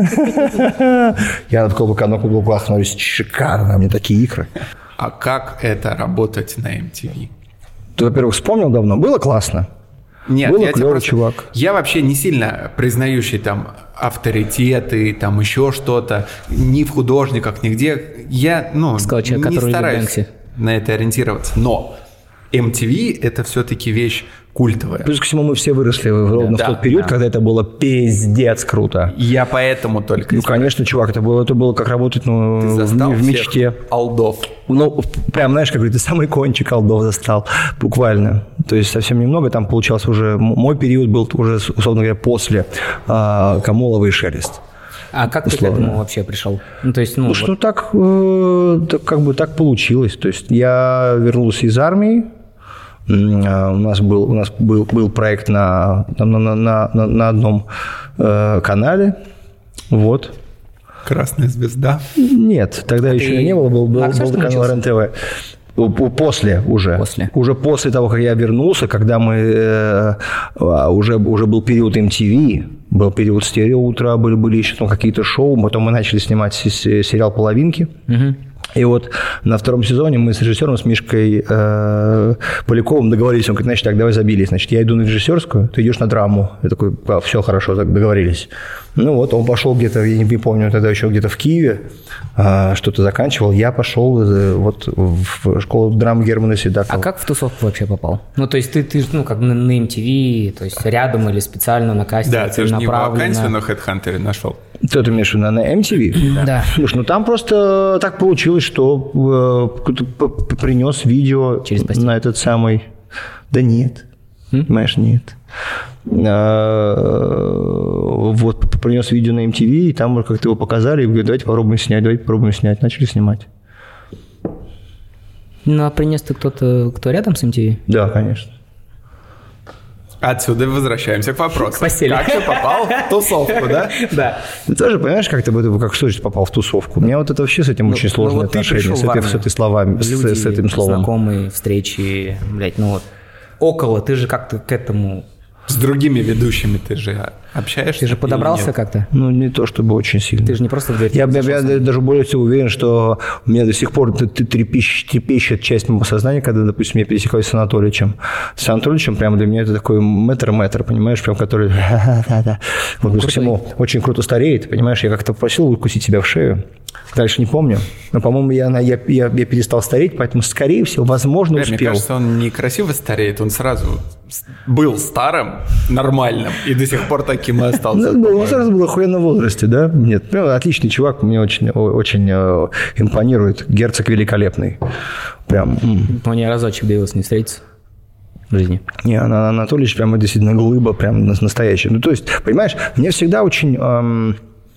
Я на каблуках, на каблуках становлюсь шикарно, у меня такие икры. А как это работать на эм ти ви? Ты, во-первых, вспомнил давно, было классно. Нет, было я клёво, просто... чувак. Я вообще не сильно признающий там авторитеты, там еще что-то, ни в художниках, нигде. Я, ну, Сказал человек, не который любит стараюсь Бэнкси. на это ориентироваться. Но эм ти ви – это все-таки вещь культовая. Плюс ко всему мы все выросли ровно Да, в тот период, да. когда это было пиздец круто. Я поэтому только... Ну, конечно, чувак, это было, это было как работать, ну, Ты в, застал в всех мечте. олдов. Ну, прям, знаешь, как говорит, ты самый кончик олдов застал, буквально. То есть совсем немного, там получался уже... м- Мой период был уже, условно говоря, после а, Камолова и Шелест. А как ты к Условно. этому вообще пришел? Ну, то есть, ну, Ну, вот что так, э, так, как бы так получилось. То есть я вернулся из армии. М, а, У нас был, у нас был, был проект на, на, на, на, на- на одном э, канале. Вот. Красная звезда. Нет, тогда еще ты не было, был, был, на был актерском канал учился? РЕН-ТВ. У- После уже. После. Уже после того, как я вернулся, когда мы... э, а, уже, уже был период эм ти ви, был период стерео утра, были, были еще там какие-то шоу, потом мы начали снимать се- се- сериал «Половинки». И вот на втором сезоне мы с режиссером, с Мишкой э, Поляковым договорились. Он говорит, значит, так, давай забились. Значит, я иду на режиссерскую, ты идешь на драму. Я такой, а, все хорошо, так договорились. Ну вот, он пошел где-то, я не помню, тогда еще где-то в Киеве, э, что-то заканчивал. Я пошел э, вот в школу драм Германа Седакова. А как в тусовку вообще попал? Ну, то есть ты, ты ж, ну, как на, на эм ти ви, то есть рядом или специально на кастинге? Да, ты же не в направленно? вакансию на HeadHunter нашел. Что ты имеешь в виду, на, на эм ти ви? Да. Слушай, ну там просто так получилось, что э, кто-то п- п- принес видео Через постель? на этот самый... Да нет, понимаешь, нет. А, вот, п- принес видео на эм ти ви, и там как-то его показали, и говорят, давайте попробуем снять, давайте попробуем снять. Начали снимать. Ну, а принес ты кто-то, кто рядом с эм ти ви? Да, конечно. Отсюда возвращаемся к вопросу. К постели. Как ты попал в тусовку, да? Да. Ты тоже понимаешь, как ты бы- как что попал в тусовку? У меня вот это вообще с этим очень сложные вот ты отношения, пришел с, в этой, армию. с этой словами, с, Люди, с этим словом. знакомые, встречи, блядь, ну вот. Около, ты же как-то к этому... С другими ведущими ты же общаешься? Ты же или подобрался нет? как-то? Ну, не то чтобы очень сильно. Ты же не просто в дверь Я, я- зашел я сам. даже более всего уверен, что у меня до сих пор т- т- трепещет, трепещет часть моего сознания, когда, допустим, я пересекаюсь с Анатольевичем. С Анатольевичем прямо для меня это такой мэтр-мэтр, понимаешь, прям который... да-да. Вот, плюс ко всему, очень круто стареет, понимаешь, я как-то просил укусить себя в шею. Дальше не помню. Но, по-моему, я, на- я, я, я перестал стареть, поэтому, скорее всего, возможно, Бля, Мне успел. кажется, он не красиво стареет, он сразу с- был старым, нормальным, и до сих пор таким и остался. Ну, был, он сразу был в охуенном возрасте, да? Нет, ну, отличный чувак, мне очень, о- очень э, импонирует. Герцог великолепный. Прям... м. Ну, мне разочек довелось не встретиться в жизни. Не, Ана- Анатольевич прямо действительно глыба, прям нас- настоящая. Ну, то есть, понимаешь, мне всегда очень эм,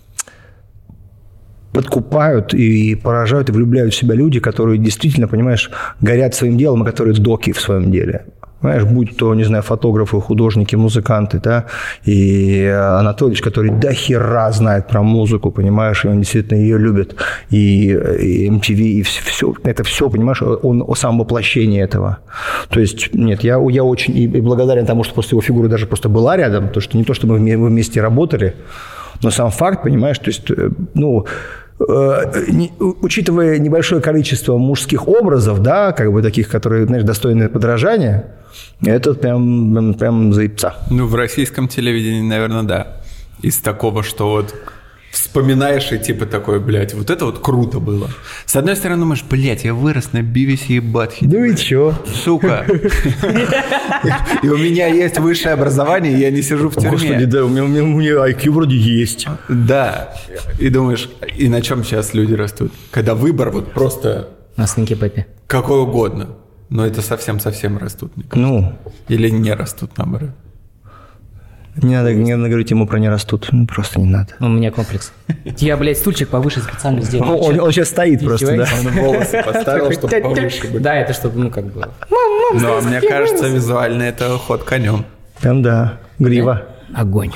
подкупают и поражают и влюбляют в себя люди, которые действительно, понимаешь, горят своим делом, и которые доки в своем деле. Понимаешь, будь то, не знаю, фотографы, художники, музыканты, да, и Анатольевич, который до хера знает про музыку, понимаешь, и он действительно ее любит, и, и эм ти ви, и все, это все, понимаешь, он о самом воплощении этого. То есть, нет, я, я очень и, и благодарен тому, что просто его фигура даже просто была рядом, то, что не то, что мы вме- мы вместе работали, но сам факт, понимаешь, то есть, э, ну, э, не- учитывая небольшое количество мужских образов, да, как бы таких, которые, знаешь, достойны подражания, это прям, прям, прям заебца. Ну, в российском телевидении, наверное, да. Из такого, что вот вспоминаешь и типа такой, блядь, вот это вот круто было. С одной стороны, думаешь, блядь, я вырос на Бивисе и Батхеде. Ну и чё? Сука. И у меня есть высшее образование, и я не сижу в Господи, тюрьме. да, у меня, у меня, у меня ай кью вроде есть. Да. И думаешь, и на чем сейчас люди растут? Когда выбор вот просто На свинке Пеппи. какой угодно. Но это совсем-совсем растут, мне кажется. Ну, Или не растут, наоборот. не надо, не надо говорить ему про не растут, ну, просто не надо. У меня комплекс. Я, блядь, стульчик повыше специально сделал. Он, он сейчас стоит просто, да? Он волосы поставил, чтобы повыше быть. Да, это чтобы, ну, как бы... Ну, а мне кажется, визуально это ход конем. Там, да, грива. Огонь.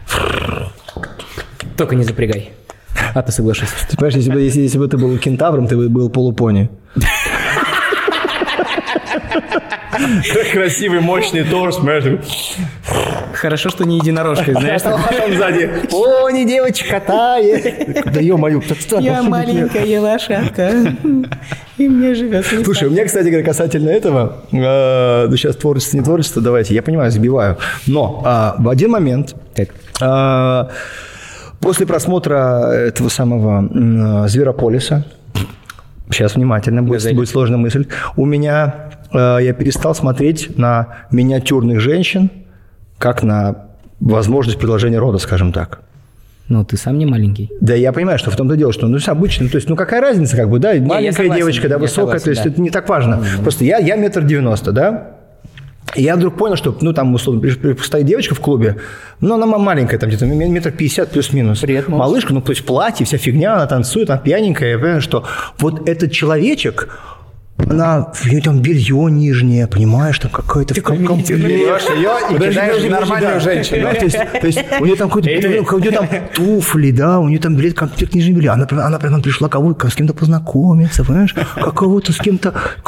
Только не запрягай. А ты соглашайся. Ты понимаешь, если бы, если, если бы ты был кентавром, ты бы был полупони. Красивый, мощный торс, понимаешь? Хорошо, что не единорожка, знаешь. А потом сзади, пони, девочка катает. Да ё-моё, я маленькая лошадка, и мне живется. Слушай, у меня, кстати говоря, касательно этого, э, ну сейчас творчество, не творчество, давайте, я понимаю, забиваю, но э, в один момент, э, после просмотра этого самого э, Зверополиса, сейчас внимательно, будет, будет сложная мысль, у меня, э, я перестал смотреть на миниатюрных женщин, как на возможность продолжения рода, скажем так. Ну, ты сам не маленький. Да, я понимаю, что в том-то дело, что ну, обычно, то есть, ну, какая разница, как бы, да, не, маленькая согласен, девочка, да, высокая, согласен, то есть, да. Это не так важно. Mm-hmm. Просто я, я метр девяносто, да, и я вдруг понял, что, ну, там, условно, стоит девочка в клубе, ну, она маленькая, там, где-то метр пятьдесят плюс-минус. Привет, малышка, ну, то есть, платье, вся фигня, она танцует, она пьяненькая, я понимаю, что вот этот человечек, она, у нее там белье нижнее, понимаешь, там какое-то... Ты комплект ее и кидаешь в нормальную женщину. То есть, то есть у нее там какой-то, у нее там туфли, да, у нее там билет, комплект нижнее белье. Она, она прям пришла кого-то с кем-то познакомиться, понимаешь, как кого-то с кем-то...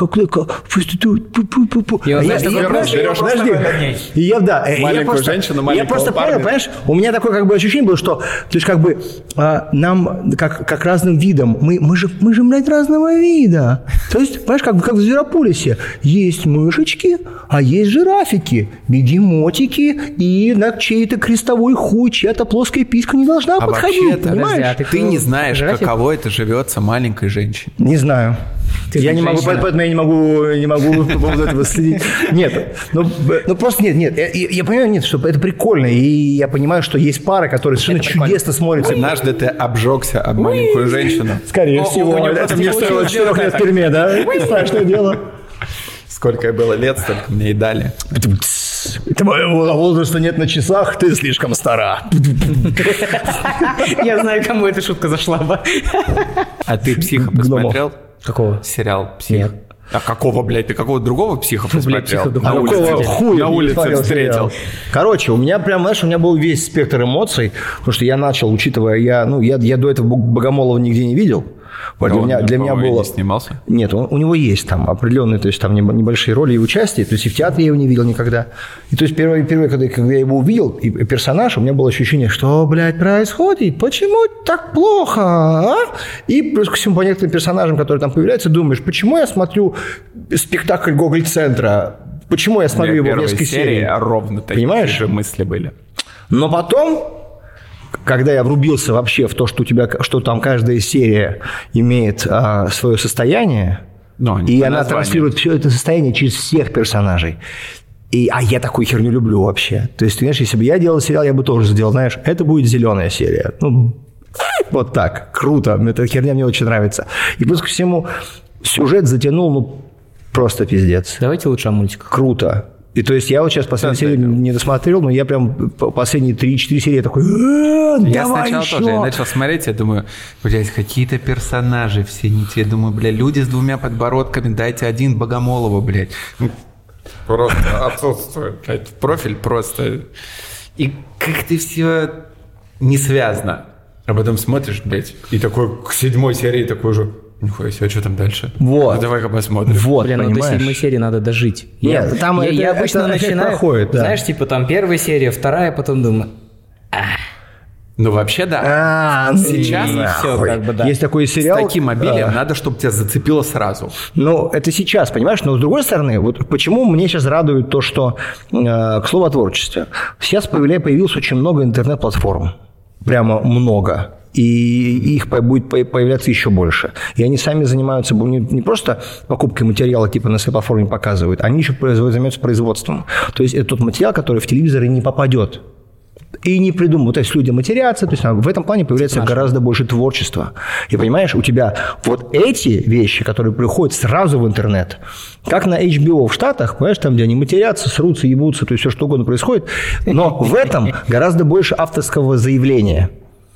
Подожди. И я, да, маленькую женщину, маленького я просто понял, понимаешь, у меня такое как бы ощущение было, что, то есть как бы нам, как, как разным видом, мы, мы же, мы же, блядь, разного вида. То есть, понимаешь, как, как в Зверополисе. Есть мышечки, а есть жирафики, бегемотики и на чей-то крестовой хуй, чья-то плоская писька не должна а подходить, понимаешь? Подожди, а ты, ты не знаешь, жирафик? Каково это живется маленькой женщине. Не знаю. Ты я не могу, поэтому я не могу, не могу по поводу этого следить. Нет, ну, ну просто нет, нет. Я, я понимаю, нет, что это прикольно, и я понимаю, что есть пары, которые совершенно чудесно смотрятся. Однажды ты обжегся об маленькую женщину. Скорее всего. Это мне стоило четырех лет в тюрьме, да? Страшное дело. Сколько было лет, столько мне и дали. Твоего возраста нет на часах, ты слишком стара. Я знаю, кому эта шутка зашла бы. А ты «Психа» посмотрел? Какого? Сериал «Псих». Нет. А какого, блядь, ты какого другого «Психа» посмотрел? Блядь, на улице, хуя на улице встретил. Короче, у меня прям, знаешь, у меня был весь спектр эмоций, потому что я начал, учитывая, я, ну, я, я до этого Богомолова нигде не видел. Вот для, меня, для меня было... не снимался? Нет, он, у него есть там определенные, то есть там небольшие роли и участия, то есть и в театре я его не видел никогда. И то есть первое, первое когда, когда я его увидел, и персонаж, у меня было ощущение, что, блядь, происходит, почему так плохо, а? И плюс ко всему по некоторым персонажам, которые там появляются, думаешь, почему я смотрю спектакль Гоголь-центра, почему я смотрю его в несколько серий? Ровно такие Понимаешь? же мысли были. Но потом... Когда я врубился вообще в то, что у тебя, что там каждая серия имеет а, свое состояние, Но и она названию. Транслирует все это состояние через всех персонажей. И, а я такую херню люблю вообще. То есть, знаешь, если бы я делал сериал, я бы тоже сделал, знаешь, это будет зеленая серия. Ну, вот так. Круто. Эта херня мне очень нравится. И плюс ко всему, сюжет затянул, ну, просто пиздец. Давайте лучше о мультиках. Круто. И то есть я вот сейчас последнюю серию не досмотрел, но я прям последние три-четыре серии такой, я сначала еще. тоже, я начал смотреть, я думаю, блядь, какие-то персонажи все не те. Я думаю, блядь, люди с двумя подбородками, дайте один Богомолова, блядь. Просто отсутствует, блядь, профиль просто. И как-то все не связано. А потом смотришь, блядь, и такой к седьмой серии такой же... Нихуя себе, а что там дальше? Вот. Ну, давай-ка посмотрим. Вот, блин, ну до седьмой серии надо дожить. Нет, я, там я, это, я обычно это начинаю, проходит, да. знаешь, типа там первая серия, вторая, потом думаю... Ну, вообще, да. А, сейчас все, как бы, да. Есть такой сериал. С таким обилием а... надо, чтобы тебя зацепило сразу. Ну, это сейчас, понимаешь? Но, с другой стороны, вот почему мне сейчас радует то, что, э, к слову о творчестве, сейчас появилось очень много интернет-платформ. Прямо много. И их будет появляться еще больше. И они сами занимаются не просто покупкой материала, типа на своей платформе показывают, они еще занимаются производством. То есть это тот материал, который в телевизоры не попадет. И не придумывают. То есть люди матерятся. То есть в этом плане появляется Наш. гораздо больше творчества. И понимаешь, у тебя вот эти вещи, которые приходят сразу в интернет, как на эйч би о в Штатах, понимаешь, там, где они матерятся, срутся, ебутся, то есть все что угодно происходит, но в этом гораздо больше авторского заявления.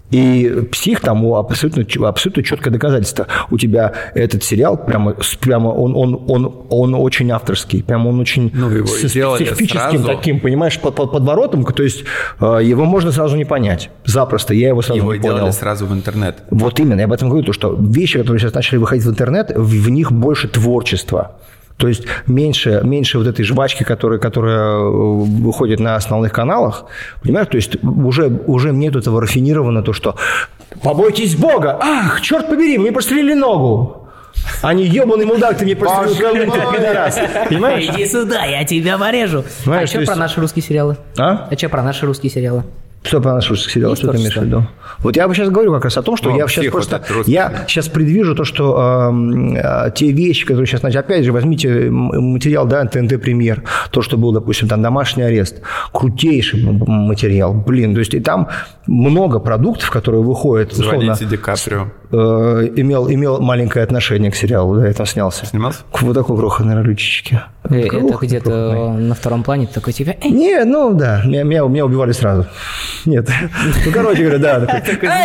И «Псих» там абсолютно, абсолютно четкое доказательство. У тебя этот сериал прямо, прямо он, он, он, он очень авторский, прямо он очень ну, его с специфическим сразу. таким, понимаешь, под, под подворотом. То есть его можно сразу не понять. Запросто. Я его сразу его не понял. Его делали сразу в интернет. Вот именно. Я об этом говорю, то, что вещи, которые сейчас начали выходить в интернет, в, в них больше творчества. То есть меньше, меньше вот этой жвачки, которая, которая выходит на основных каналах, понимаешь? То есть уже, уже нет этого рафинированного, то, что «побойтесь Бога! Ах, черт побери, мне прострелили ногу!» А не «ебаный мудак, ты мне прострелил как пидорас!» Понимаешь? Иди сюда, я тебя порежу. Понимаешь, А что есть... про наши русские сериалы? А? А что про наши русские сериалы? Что про наш русский сериал? Что ты имеешь в виду? Вот я сейчас говорю как раз о том, что ну, я сейчас просто... Вот я сейчас предвижу то, что э, те вещи, которые сейчас... Значит, опять же, возьмите материал, да, ТНТ «Премьер», то, что был, допустим, там «Домашний арест». Крутейший материал. Блин, то есть и там много продуктов, которые выходят... Звоните условно, Ди Каприо. Э, имел, имел маленькое отношение к сериалу, да, я там снялся. Снимался? К вот такой крохотной роличечке. Э, это где-то на втором плане такой типа... Не, ну да, меня, меня, меня убивали сразу. Нет. Ну, короче говоря, да.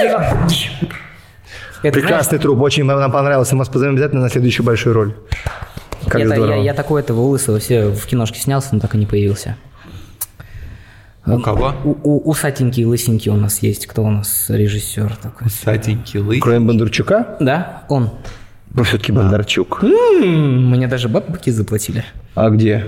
Прекрасный труп. Очень нам понравился. Мы вас позовем обязательно на следующую большую роль. Как это, здорово. Я, я такой этого лысого все в киношке снялся, но так и не появился. У кого? У, у, усатенький, лысенький у нас есть. Кто у нас режиссер такой? Усатенький, лысенький. Кроме Бондарчука? Да, он. Ну, все-таки Бондарчук. М-м, мне даже бабки заплатили. А где?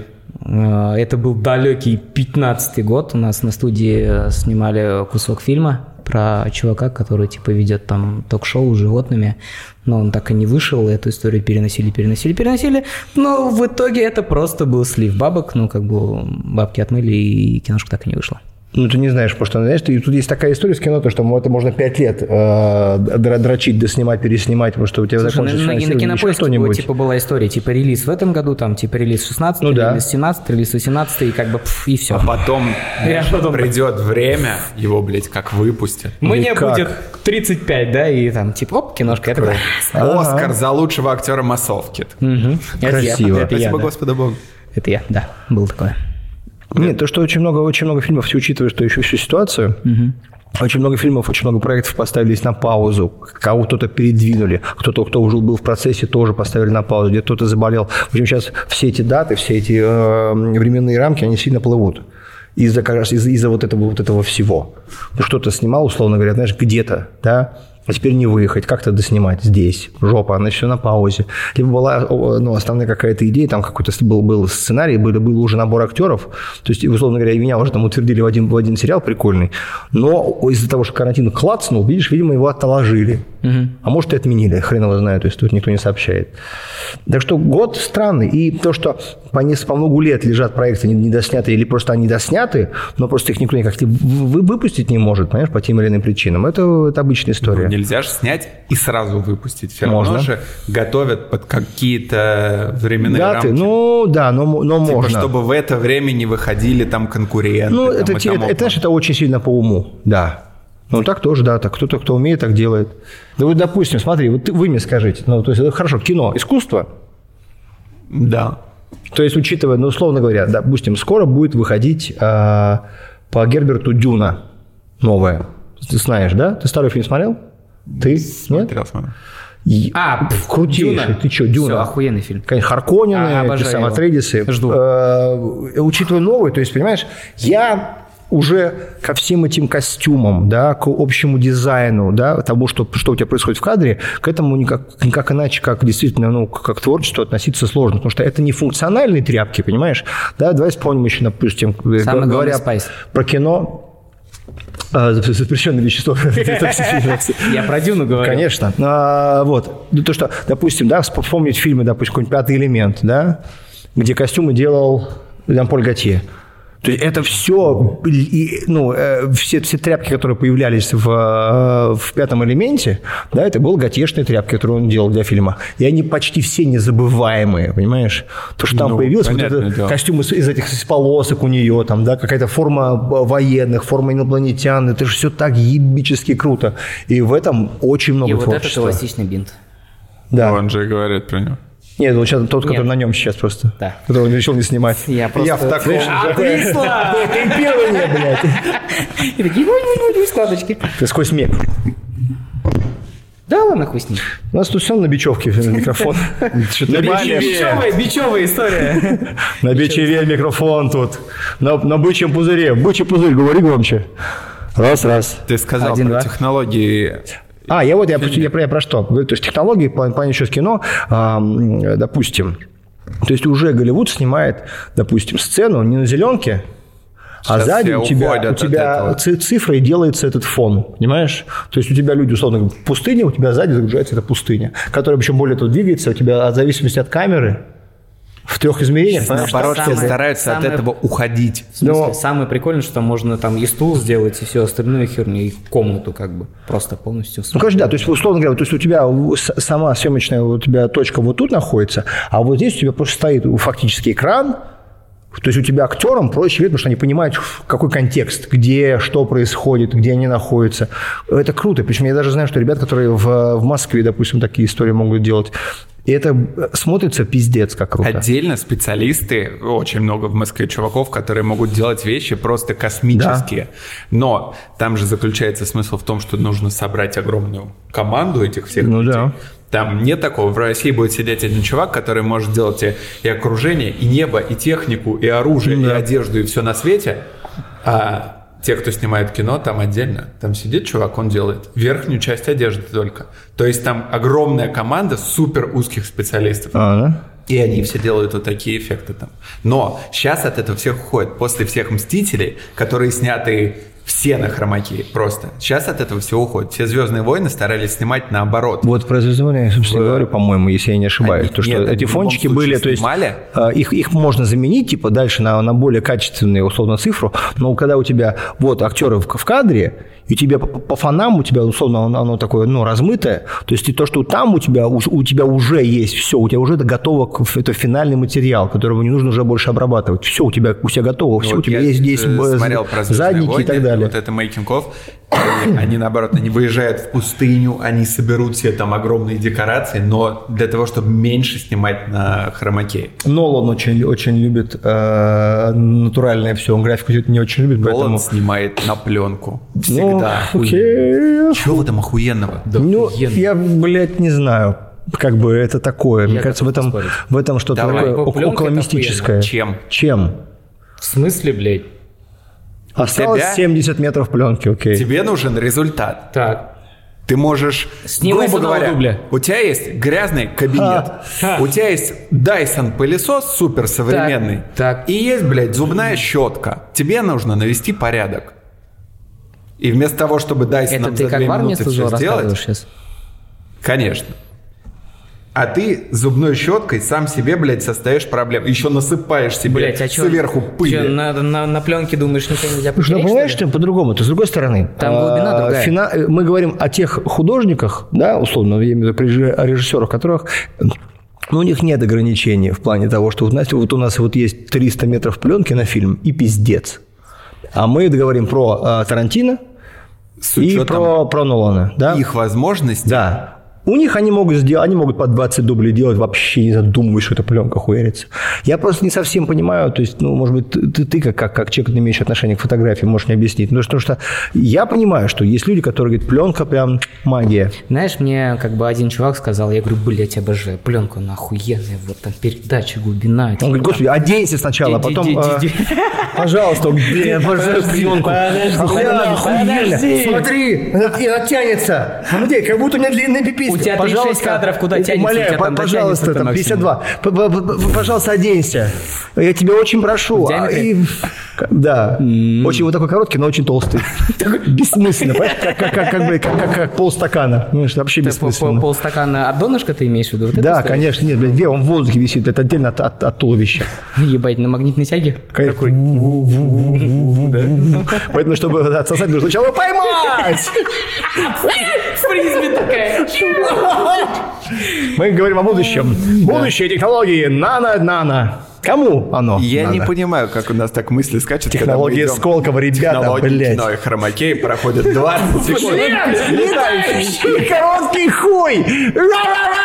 Это был далекий пятнадцатый год. У нас на студии снимали кусок фильма про чувака, который типа ведет там ток-шоу с животными, но он так и не вышел, и эту историю переносили, переносили, переносили, но в итоге это просто был слив бабок, ну как бы бабки отмыли, и киношка так и не вышла. Ну, ты не знаешь, потому что, знаешь, ты, тут есть такая история с кино, то, что это можно пять лет э, дрочить, доснимать, переснимать, потому что у тебя закончится на, на Кинопоиске была, типа, была история, типа релиз в этом году, там, типа релиз шестнадцатый, ну, релиз да. семнадцатый, релиз восемнадцатый, и как бы, пф, и все. А потом, потом придет время, его, блядь, как выпустят. Мне как? Будет тридцать пять, да, и там, типа, оп, киношка. Это Оскар ага. за лучшего актера массовки. Угу. Красиво. Это Спасибо, я, Господу Богу. Это я, да, было такое. Нет, то, что очень много, очень много фильмов, все учитывая, что еще всю ситуацию, угу. очень много фильмов, очень много проектов поставились на паузу, кого кто-то передвинули, кто-то, кто уже был в процессе, тоже поставили на паузу, где кто-то заболел. В общем, сейчас все эти даты, все эти э, временные рамки, они сильно плывут из-за, из-за, из-за вот, этого, вот этого всего. Ну, что-то снимал, условно говоря, знаешь, где-то, да, а теперь не выехать, как-то доснимать здесь, жопа, она все на паузе. Либо была ну, основная какая-то идея, там какой-то был, был сценарий, был, был уже набор актеров, то есть, условно говоря, меня уже там утвердили в один, в один сериал прикольный, но из-за того, что карантин клацнул, видишь, видимо, его отложили. Угу. А может, и отменили, хрен его знает, то есть тут никто не сообщает. Так что год странный, и то, что по, не, по многу лет лежат проекты недоснятые или просто они досняты, но просто их никто никак выпустить не может, понимаешь, по тем или иным причинам, это, это обычная история. Ну, нельзя же снять и сразу выпустить. Все равно можно. Же готовят под какие-то временные даты, рамки. Ну, да, но, но типа, можно. Чтобы в это время не выходили там конкуренты. Ну, там, это, это, это, это, знаешь, это очень сильно по уму, да. Ну, так тоже, да, так кто-то, кто умеет, так делает. Да вот, допустим, смотри, вот вы мне скажите, ну, то есть, это хорошо, кино, искусство? Да. То есть, учитывая, ну, условно говоря, допустим, скоро будет выходить э, по Герберту «Дюна» новая. Ты знаешь, да? Ты старый фильм смотрел? Ты? Смотрел, нет? смотрел. А, пф, крутейший. Дюна. Ты что, «Дюна»? Все, охуенный фильм. Конечно, Харконнены, а, сам Атрейдисы. Жду. Э, учитывая новый, то есть, понимаешь, я уже ко всем этим костюмам, да, к общему дизайну, да, тому, что, что у тебя происходит в кадре, к этому никак, никак иначе, как действительно, ну, как творчество относиться сложно, потому что это не функциональные тряпки, понимаешь? Да, давай вспомним еще, допустим, самый говоря про кино. Запрещенное вещество. Я про «Дюну» говорю. Конечно. А, вот. То, что, допустим, да, вспомнить фильмы, допустим, какой-нибудь «Пятый элемент», да, где костюмы делал Жан-Поль Готье. То есть это все, и, ну, все, все тряпки, которые появлялись в, в «Пятом элементе», да, это были готьешные тряпки, которые он делал для фильма. И они почти все незабываемые, понимаешь? То, что там ну, появился вот этот дело. Костюм из, из этих из полосок у нее, там, да, какая-то форма военных, форма инопланетян, это же все так ебически круто. И в этом очень много и творчества. И вот этот эластичный бинт. Да. Он же говорит про него. Нет, вот сейчас тот, Нет. который на нем сейчас просто. Да. Который он решил не снимать. Я просто... Я в таком... Отвисла! Темпирование, блядь. И такие... складочки. Ты сквозь мег. Да ладно, хуй с ним. У нас тут все на бечевке микрофон. Бичевая, бичевая история. На бичеве микрофон тут. На, на бычьем пузыре. Бычий пузырь, говори громче. Раз, раз. Ты сказал Один, про два. технологии. А, я вот, я, я, про, я про что? То есть технологии, по плане еще с кино, а, допустим, то есть уже Голливуд снимает, допустим, сцену не на зеленке, а Сейчас сзади все у тебя, у уходят от тебя этого. ци- цифрой делается этот фон, понимаешь? То есть у тебя люди, условно говоря, в пустыне, у тебя сзади загружается эта пустыня, которая причем более того двигается, у тебя от зависимости от камеры в трех измерениях. понимаешь? Наоборот, все самое- стараются от самое- этого уходить. В смысле, Но- самое прикольное, что там можно там и стул сделать, и все остальное херню, и комнату как бы просто полностью. Ну, конечно, да. То есть, условно говоря, то есть у тебя с- сама съемочная у тебя точка вот тут находится, а вот здесь у тебя просто стоит фактически экран. То есть у тебя актерам проще видно, потому что они понимают, какой контекст, где что происходит, где они находятся. Это круто. Причем я даже знаю, что ребят, которые в, в Москве, допустим, такие истории могут делать. И это смотрится пиздец как круто. Отдельно специалисты, очень много в Москве чуваков, которые могут делать вещи просто космические. Но там же заключается смысл в том, что нужно собрать огромную команду этих всех Ну людей. да. Там нет такого. В России будет сидеть один чувак, который может делать и, и окружение, и небо, и технику, и оружие, Да. и одежду, и все на свете. А те, кто снимает кино, там отдельно. Там сидит чувак, он делает верхнюю часть одежды только. То есть там огромная команда супер узких специалистов. А, да? И они все делают вот такие эффекты там. Но сейчас от этого всех уходит. После всех «Мстителей», которые сняты все на хромаке просто. Сейчас от этого все уходит. Все «Звездные войны» старались снимать наоборот. Вот про «Звездные войны» я, собственно, В- говорю, по-моему, если я не ошибаюсь. Они- то, что нет, эти они в любом фончики случае были, то есть снимали. а, их, их можно заменить, типа, дальше на, на более качественную, условно, цифру, но когда у тебя вот актеры в, в кадре, и тебе по, по фонам у тебя, условно, оно, оно такое, ну, размытое, то есть и то, что там у тебя, у, у тебя уже есть все, у тебя уже это готово, к- это финальный материал, которого не нужно уже больше обрабатывать. Все у тебя, у тебя готово, все, Вот у тебя я, есть здесь э, э, смотрел про «Звездные задники войны», и так далее. Вот это making-of. Они, они, наоборот, они выезжают в пустыню, они соберут себе там огромные декорации, но для того, чтобы меньше снимать на хромаке. Нолан очень, очень любит э, натуральное все, он графику не очень любит, Нолан поэтому... снимает на пленку. Ну, Всегда. окей. Чего в этом охуенного? Ну, я, блядь, не знаю. Как бы это такое. Мне кажется, в этом, поспорить. в этом что-то Давай. такое По- ок- пленка около это мистическое. Чем? Чем? В смысле, блядь? Осталось тебя- семьдесят метров пленки, окей. Тебе нужен результат. Так. Ты можешь, Снимай с грубо одного говоря, дубля. у тебя есть грязный кабинет, Ха. у тебя есть Dyson пылесос суперсовременный, Так, так. и есть, блядь, зубная щетка. Тебе нужно навести порядок. И вместо того, чтобы Dyson Это нам ты за как две в армии минуты служил, все сделать, рассказываешь сейчас? конечно. А ты зубной щеткой сам себе, блядь, составишь проблем. Еще насыпаешь себе Блядь, а что? сверху пыли. на, на, на пленке думаешь, ничего нельзя Слушай, ну, потереть, понимаешь, что ли? что по-другому? То с другой стороны. Там глубина а, другая. фина- Мы говорим о тех художниках, да, условно, я имею в виду режи- о режиссерах, которых... Ну, у них нет ограничений в плане того, что, вот, знаете, вот у нас вот есть триста метров пленки на фильм и пиздец. А мы говорим про а, Тарантино С и учетом про, про Нолана, да? их возможностей. Да. У них они могут сделать, они могут по двадцать дублей делать, вообще не задумываясь, что эта пленка хуярится. Я просто не совсем понимаю, то есть, ну, может быть, ты, ты как, как, как человек, имеющий отношение к фотографии, можешь мне объяснить. Ну, потому что я понимаю, что есть люди, которые говорят, пленка прям магия. Знаешь, мне как бы один чувак сказал, я говорю, блядь, обожаю, пленка она охуенная, вот там передача, глубина. Он говорит, господи, оденься сначала, а потом, Ди- ди- э, ди- ди. пожалуйста, блин, пожалуйста, пленку. подожди, Охуенно, охуенно. подожди. Смотри, и оттянется. Смотри, как будто у меня длинный пиписька. У тебя тридцать шесть кадров, куда тянется, у Умоляю, тебя там пожалуйста, дотянется там максимум. пятьдесят два. П- п- п- Пожалуйста, оденься. Я тебя очень прошу. В диаметре? А, и- Да. Очень вот такой короткий, но очень толстый. Бессмысленно. понимаешь? Как- как- как- как бы- как- как- Как полстакана. Понимаешь, вообще Ты по- по- бессмысленно. полстакана от донышка ты имеешь в виду? Вот эту Да, историю? конечно. Нет, блядь, где он в воздухе висит. Это отдельно от- от от туловища. Ебать, на магнитной тяге? Такой. Поэтому, чтобы отсосать, нужно сначала поймать. Фризби такая. Мы говорим о будущем. Будущее технологии нано-нано. Кому оно? Я надо? не понимаю, как у нас так мысли скачут, Технологии когда мы идем. Сколково, ребята, Технологии блядь. кино и хромакей проходят двадцать секунд. Летающий короткий хуй!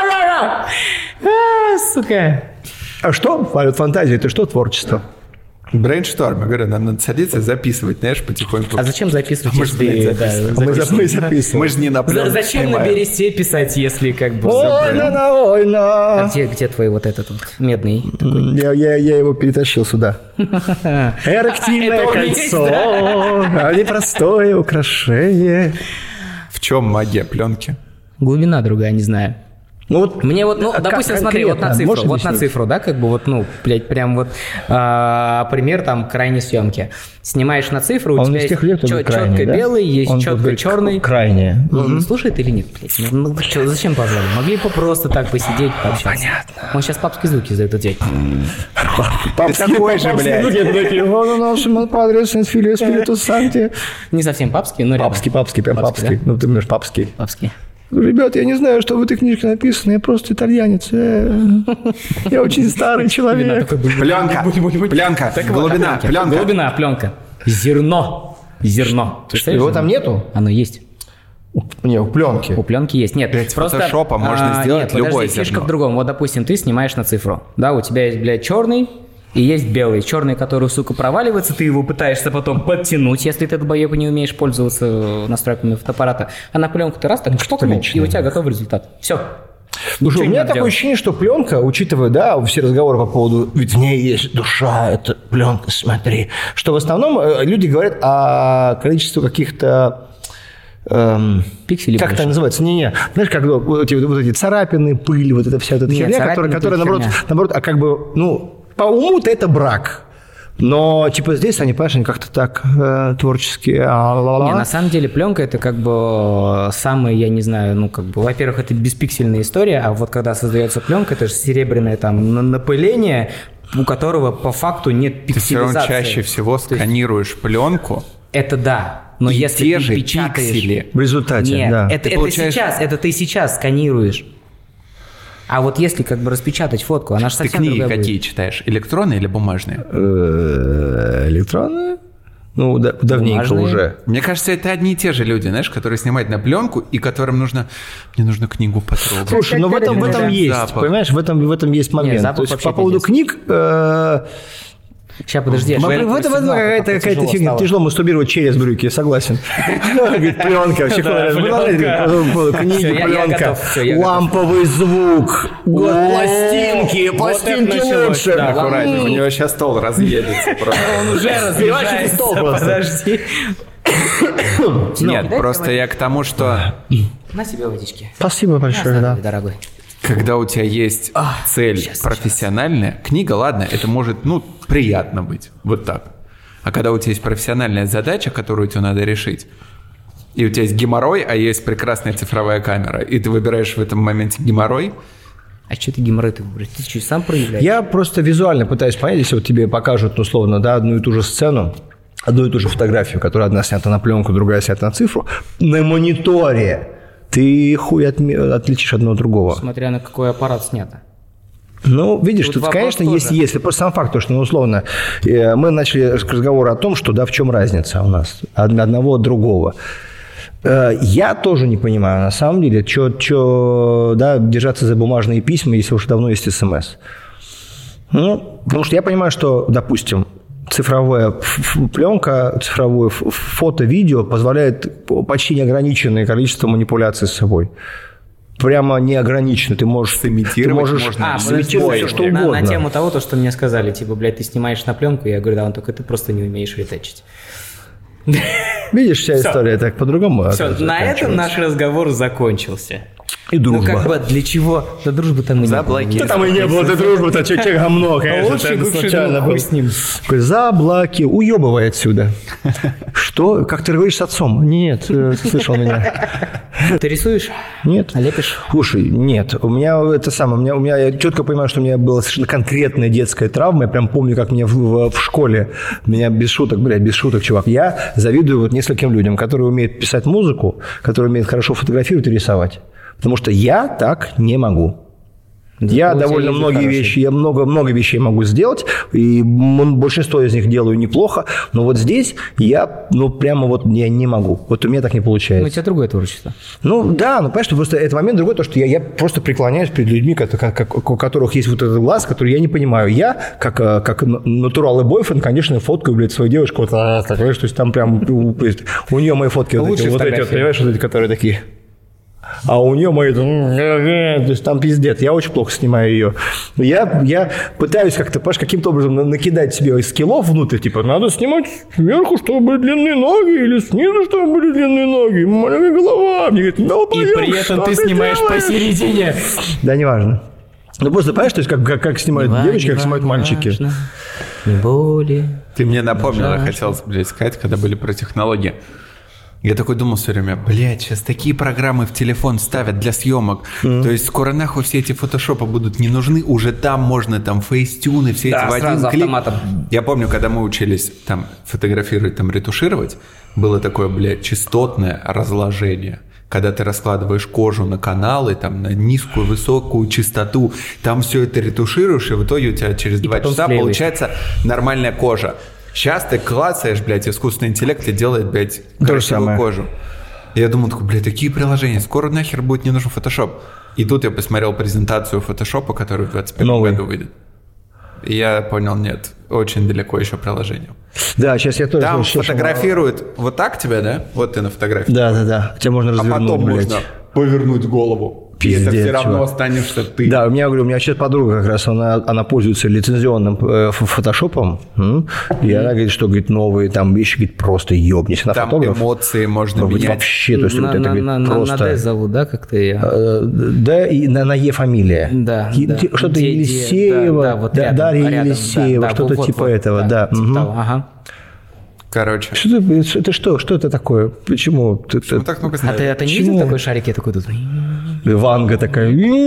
Ра-ра-ра-ра-ра! А, сука. А что? Полет фантазии, это что творчество? Брейншторм, я говорю, нам надо садиться и записывать, знаешь, потихоньку. А зачем записывать, Может, если... блядь, да, записывать. Мы, записывать? мы записываем. Мы же не на пленку Зачем на снимаем. бересте писать, если как бы... Война на А война. где, где твой вот этот вот медный такой? Я, я, я его перетащил сюда. Эректильное Это он есть, кольцо, а непростое украшение. В чем магия пленки? Глубина другая, не знаю. Ну вот, Мне вот, ну, а допустим, как смотри, вот на конкретно? цифру, Можешь вот на объяснить? цифру, да, как бы вот, ну, блядь, прям вот а, пример там крайней съемки. Снимаешь на цифру, у Он тебя из тех есть лет, кто чё- говорит крайний, четко да? белый, есть Он четко говорит черный. крайне. Он слушает или нет, блядь? Ну, ну, чё, зачем позвали? Могли бы просто так посидеть, пообщаться. Понятно. Он сейчас папские звуки издает ответ. Ты такой же, блядь. Падре Сент-Филио Спиритус Санкти. Не совсем папский, но рядом. Папский, папский, прям Папский, папский. Ну, ты понимаешь, папский. Папский. Ребят, я не знаю, что в этой книжке написано, я просто итальянец. Э, Я очень старый человек. Пленка, пленка, глубина, Пленка. пленка. Глубина, пленка. Зерно. Зерно. Ты представляешь, Его зерно? там нету? Оно есть. Не, у пленки. У пленки есть. Нет, Блядь, с просто... фотошопом можно а, сделать нет, подожди, любое фишка зерно. в другом. Вот, допустим, ты снимаешь на цифру. Да, у тебя есть, блядь, черный и есть белый. Черный, который, сука, проваливается, ты его пытаешься потом подтянуть, если ты долбоеб не умеешь пользоваться настройками фотоаппарата. А на пленку ты раз так чпокнул, и у тебя готовый результат. Все. Слушай, у меня такое ощущение, что пленка, учитывая, да, все разговоры по поводу, ведь в ней есть душа, это пленка, смотри, что в основном э, люди говорят о количестве каких-то эм, Пикселей как больше. это называется? Не-не. Знаешь, как вот эти, вот эти царапины, пыль, вот эта вся вот эта Нет, херня, царапины которая, это которая наоборот, херня. наоборот, а как бы, ну, по уму-то это брак. Но, типа, здесь они, понимаешь, они как-то так э, творчески... а-ла-ла-ла. Не, на самом деле пленка это как бы самый, я не знаю, ну как бы, во-первых, это беспиксельная история, а вот когда создается пленка, это же серебряное там на- напыление, у которого по факту нет Ты все равно пикселизации. чаще всего То есть сканируешь пленку, это да, но и если те ты же печатаешь... пиксели. В результате, Нет, да. это, Ты это получаешь- сейчас, это ты сейчас сканируешь. А вот если как бы распечатать фотку, она же Ты совсем книги другая какие будет. читаешь? Электронные или бумажные? Э, Электронные? Ну, да- давненько Бумажные. уже. Мне кажется, это одни и те же люди, знаешь, которые снимают на пленку и которым нужно... Мне нужно книгу потрогать. Слушай, но в этом, в этом Да. есть, Запах. понимаешь, в этом, в этом есть момент. запах То есть вообще по поводу пиздец. книг... э, Сейчас, подожди. в аж этом, в этом сигнал, какая-то, как-то какая-то тяжело фигня. стало. Тяжело мастурбировать через брюки, я согласен. Говорит, пленка, вообще, Да, пленка. Книги, Всё, я- я пленка, готов, всё, я готов. ламповый звук, пластинки, Вот пластинки это началось, лучше. да. Аккуратнее, у него сейчас стол разъедется просто. Он уже разъезжается, стол просто. подожди. Нет, Дайте просто мне- я к тому, что На себе водички. Спасибо большое, да. Дорогой. когда у тебя есть цель сейчас, профессиональная, книга, ладно, это может, ну, приятно быть, вот так. А когда у тебя есть профессиональная задача, которую тебе надо решить, и у тебя есть геморрой, а есть прекрасная цифровая камера, и ты выбираешь в этом моменте геморрой, А что ты геморрой ты выбрать? Ты что, сам проявляешь? Я просто визуально пытаюсь понять, если вот тебе покажут, условно, да, одну и ту же сцену, одну и ту же фотографию, которая одна снята на пленку, другая снята на цифру, на мониторе ты хуй отме- отличишь одно от другого. Смотря на какой аппарат снято. Ну, видишь, Тут тут, вопрос конечно, тоже. есть и есть. Просто сам факт, то, что, ну, условно, э, мы начали разговор о том, что, да, в чем разница у нас од- одного от другого. Э, Я тоже не понимаю, на самом деле, что, да, держаться за бумажные письма, если уже давно есть СМС. Ну, потому что я понимаю, что, допустим, цифровая ф- ф- пленка, цифровое ф- фото, видео позволяет почти неограниченное количество манипуляций с собой. Прямо неограниченно. Ты можешь Сымитировать ты можешь можно А, сымитировать подожди, все, что на, угодно. на тему того, то, что мне сказали, типа, блядь, ты снимаешь на пленку, я говорю, да, он только ты просто не умеешь ретачить. Видишь, вся история так по-другому. Все, оказывается, на этом заканчивается. наш разговор закончился. И дружба. Ну, как бы, для чего? Да дружбы там и не было. Заблокировать. Да там и не было, ты дружбы-то, че, че говно, конечно. Лучший это бывший случайно друг, был. хуй с ним. Такой, заблоки, уебывай отсюда. Что? Как ты говоришь с отцом? Нет, э, ты слышал меня. Ты рисуешь? Нет. А лепишь? Слушай, нет, у меня это самое, у меня, у меня, я четко понимаю, что у меня была совершенно конкретная детская травма, я прям помню, как меня в, в- в школе, меня без шуток, блядь, без шуток, чувак, я завидую вот нескольким людям, которые умеют писать музыку, которые умеют хорошо фотографировать и рисовать, потому что я так не могу. Я довольно многие вещи, я много-много вещей могу сделать, и большинство из них делаю неплохо, но вот здесь я, ну, прямо вот я не могу. Вот у меня так не получается. Ну, у тебя другое творчество. Ну, да, ну, понимаешь, просто этот момент другой, то, что я, я просто преклоняюсь перед людьми, как, как, у которых есть вот этот глаз, который я не понимаю. Я, как, как натурал и бойфренд, конечно, фоткаю, блядь, свою девушку, вот так, понимаешь, то есть там прям, у нее мои фотки, вот эти, вот эти, вот, понимаешь, вот эти, которые такие... А у нее мои, то есть там пиздец, я очень плохо снимаю ее. Я, я пытаюсь как-то, понимаешь, каким-то образом накидать себе скиллов внутрь, типа, надо снимать сверху, чтобы были длинные ноги, или снизу, чтобы были длинные ноги, маленькая голова. Мне говорят, ну, и при этом ты, ты снимаешь делаешь? Посередине. Да, неважно. Ну, просто, понимаешь, то есть как, как, как снимают не девочки, важно, как снимают мальчики. Важно. Не боли. Ты мне напомнил, я хотел, блядь, сказать, когда были про технологии. Я такой думал все время, блядь, сейчас такие программы в телефон ставят для съемок. Mm-hmm. То есть скоро нахуй все эти фотошопы будут не нужны. Уже там можно там фейстюны, все да, эти в один сразу клик. Автоматом. Я помню, когда мы учились там фотографировать, там ретушировать, было такое, блядь, частотное разложение. Когда ты раскладываешь кожу на каналы, там, на низкую, высокую частоту, там все это ретушируешь, и в итоге у тебя через и два часа склеиваешь. Получается нормальная кожа. Сейчас ты клацаешь, блядь, искусственный интеллект и делает, блядь, красивую кожу. Я думал, такой, блядь, такие приложения, скоро нахер будет не нужен фотошоп. И тут я посмотрел презентацию фотошопа, который в двадцать первом году выйдет. И я понял, нет, очень далеко еще приложению. Да, сейчас я тоже... Там фотографируют вот так тебя, да? Вот ты на фотографии. Да, да, да. Тебя можно развернуть, а потом блядь. можно повернуть голову. Пиздец, и это все равно чувак. останешься ты. Да, у меня, говорю, у меня сейчас подруга как раз, она, она пользуется лицензионным э, фотошопом, м? и mm. она говорит, что, говорит, новые там вещи, говорит, просто ёбнись. Она там фотограф. Эмоции можно говорит, менять. Вообще, то есть на, вот это, на, говорит, на, просто... На Д зовут, да, как-то ее? Э, да, и на, на Е фамилия. Да, и, да. Что-то Де, Елисеева, да, да, вот да, рядом, Дарья рядом, Елисеева, да, да, что-то вот, типа вот, этого, да. да. Угу. Типа того, ага. Короче. Что ты, это что? Что это такое? Почему? Почему ты, так много а ты, а ты не видел такой шарик? Я такой тут... Ванга такая.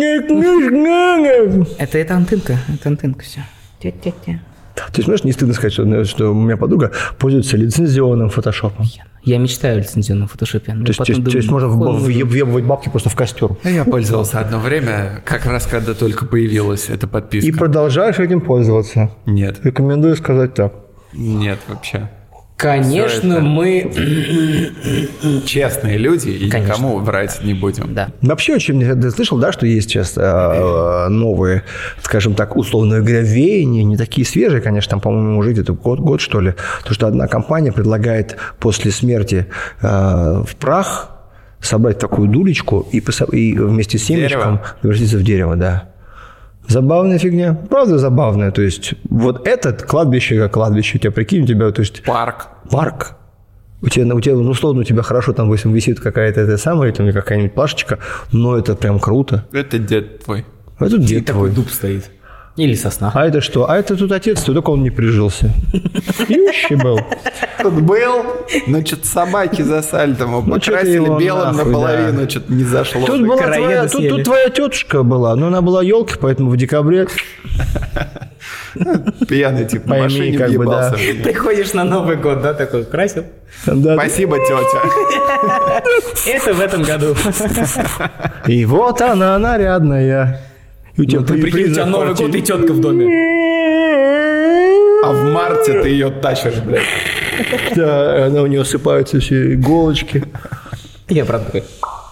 Это, это антенка. Это антенка, все. Тя-тя-тя. То есть, знаешь, не стыдно сказать, что, что у меня подруга пользуется лицензионным фотошопом. Я мечтаю о лицензионном фотошопе. То есть, то есть, то есть можно въебывать бабки просто в костер. Я пользовался одно время, как раз когда только появилась эта подписка. И продолжаешь этим пользоваться? Нет. Рекомендую сказать так. Нет, вообще. Конечно, мы... Честные люди, и Конечно. Никому врать не будем. Да. Вообще, очень ты слышал, да, что есть сейчас э, новые, скажем так, условно говоря, веяния, не такие свежие, конечно, там, по-моему, уже где-то год, год, что ли, то, что одна компания предлагает после смерти э, в прах собрать такую дулечку и, посо- и вместе с семечком превратиться в дерево, да. Забавная фигня. Правда забавная. То есть, вот этот кладбище как кладбище. У тебя, прикинь, у тебя, то есть... Парк. Парк. У тебя, у тебя, ну, условно, у тебя хорошо там висит какая-то эта самая, или какая-нибудь плашечка, но это прям круто. Это дед твой. Это дед и твой. Такой дуб стоит. Или сосна. А это что? А это тут отец, только он не прижился. Ющий был. Тут был, но что-то собаки засали, там его покрасили белым наполовину, да. Что-то не зашло. Тут, была твоя, тут, тут твоя тетушка была, но она была елки, поэтому в декабре... Пьяный тип на машине въебался. Ты ходишь на Новый год, да, такой, красил? Спасибо, тетя. Это в этом году. И вот она, нарядная. Ну, ты прикинь, у тебя Новый год и тетка в доме. А в марте ты ее тащишь, блядь. Да, она у нее осыпаются все иголочки. Я правда такой.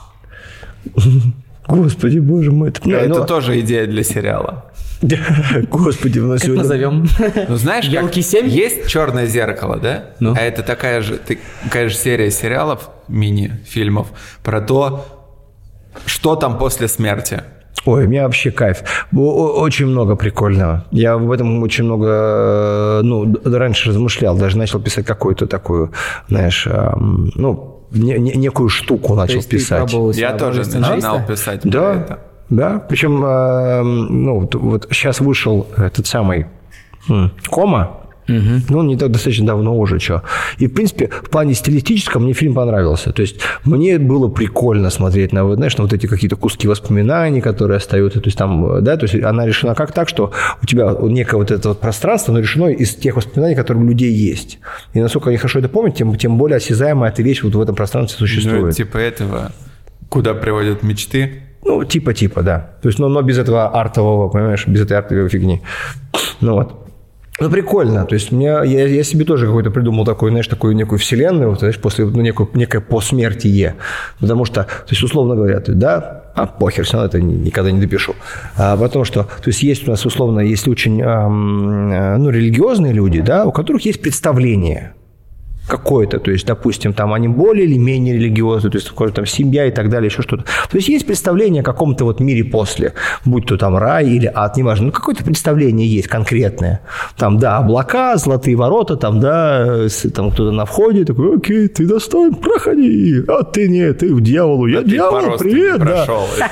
Господи, боже мой. Это, это но... тоже идея для сериала. Господи, у нас как сегодня... назовем? Ну, знаешь, как есть «Черное зеркало», да? Ну. А это такая же, такая же серия сериалов, мини-фильмов про то, что там после смерти. Ой, у меня вообще кайф. Очень много прикольного. Я в этом очень много, ну, раньше размышлял, даже начал писать какую-то такую, знаешь, ну, некую штуку начал писать. Я тоже начинал писать. Да, это. да. Причем, ну, вот сейчас вышел этот самый «Кома». Угу. Ну, он не так достаточно давно уже, что. И, в принципе, в плане стилистическом мне фильм понравился. То есть, мне было прикольно смотреть на, знаешь, на вот эти какие-то куски воспоминаний, которые остаются. То есть, там, да, то есть, она решена как так, что у тебя некое вот это вот пространство, но решено из тех воспоминаний, которые у людей есть. И насколько они хорошо это помнят, тем, тем более осязаемая эта вещь вот в этом пространстве существует. Ну, типа этого, куда приводят мечты. Ну, типа-типа, да. То есть, но, но без этого артового, понимаешь, без этой артовой фигни. Ну вот. Ну, прикольно. То есть, мне, я, я себе тоже какой-то придумал такой, знаешь, такую некую вселенную, вот, знаешь, после, ну, некую, некое посмертие. Потому что, то есть, условно говоря, ты, да, а похер, все равно это никогда не допишу. А, потому что, то есть, есть у нас, условно, есть очень, эм, ну, религиозные люди, да, у которых есть представление какое-то, то есть, допустим, там они более или менее религиозные, то есть, какая-то там семья и так далее, еще что-то. То есть, есть представление о каком-то вот мире после, будь то там рай или ад, неважно, ну, какое-то представление есть конкретное. Там, да, облака, золотые ворота, там, да, там кто-то на входе, такой, окей, ты достоин, проходи, а ты нет, ты в дьяволу, я дьявол, привет, да.